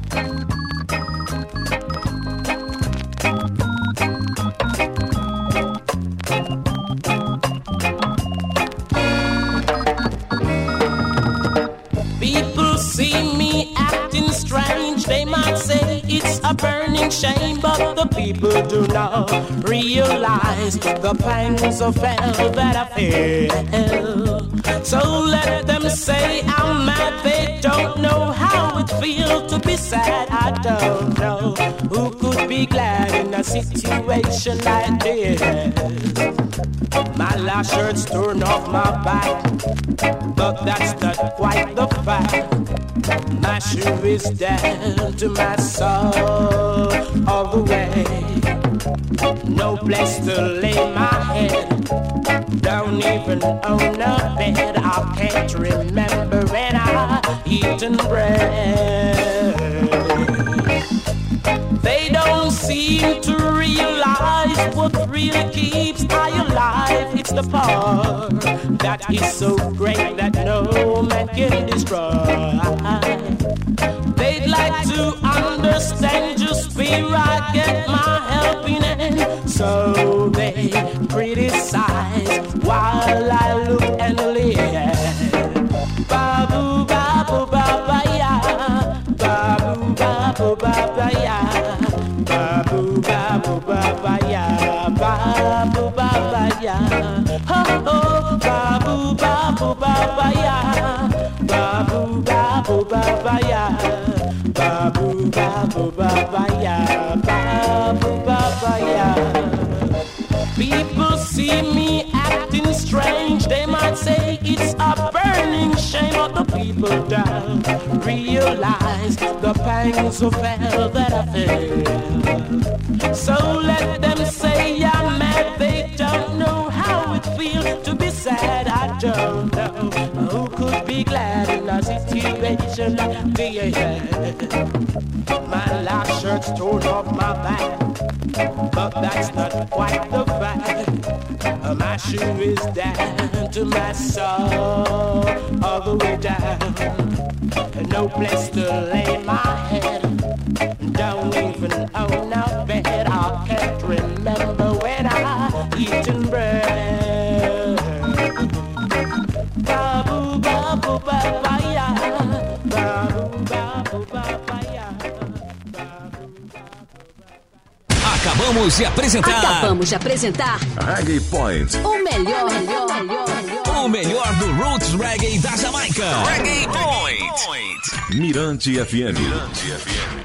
People see me acting strange, they might say it's a burning shame, but the people do not realize the pangs of hell that I feel. So let them say I'm mad, they don't know how it feels to be sad. I don't know who could be glad in a situation like this. My last shirt's torn off my back, but that's not quite the fact. My shoe is down to my soul all the way. No place to lay my head, don't even own a bed. I can't remember when I eaten bread. They don't seem to realize what really keeps I alive. It's the power that is so great that no man can destroy. They'd like to understand just where I get my helping hand, so they criticize while I look and live. Babu babu baba ya, babu babu baba ya, babu babu baba ya, babu baba ya, oh oh, babu babu baba ya, babu babu baba ya, babu babu baba ya, babu baba ya. People see me acting strange. the people down realize the pangs of hell that I feel. So let them say I'm mad, they don't know how it feels to be sad. I don't know who could be glad in a situation like this. My last shirt's torn off my back, but that's not quite the fact. My shoe is down to my soul, all the way down. No place to lay my head, don't even own a bed. I can't remember when I eaten bread. Babu, babu, babaya. Babu, babu, babaya. Acabamos de apresentar. Acabamos de apresentar. Reggae Point. O melhor, melhor, melhor, melhor. O melhor do Roots Reggae da Jamaica. Reggae Point. Mirante F M. Mirante F M.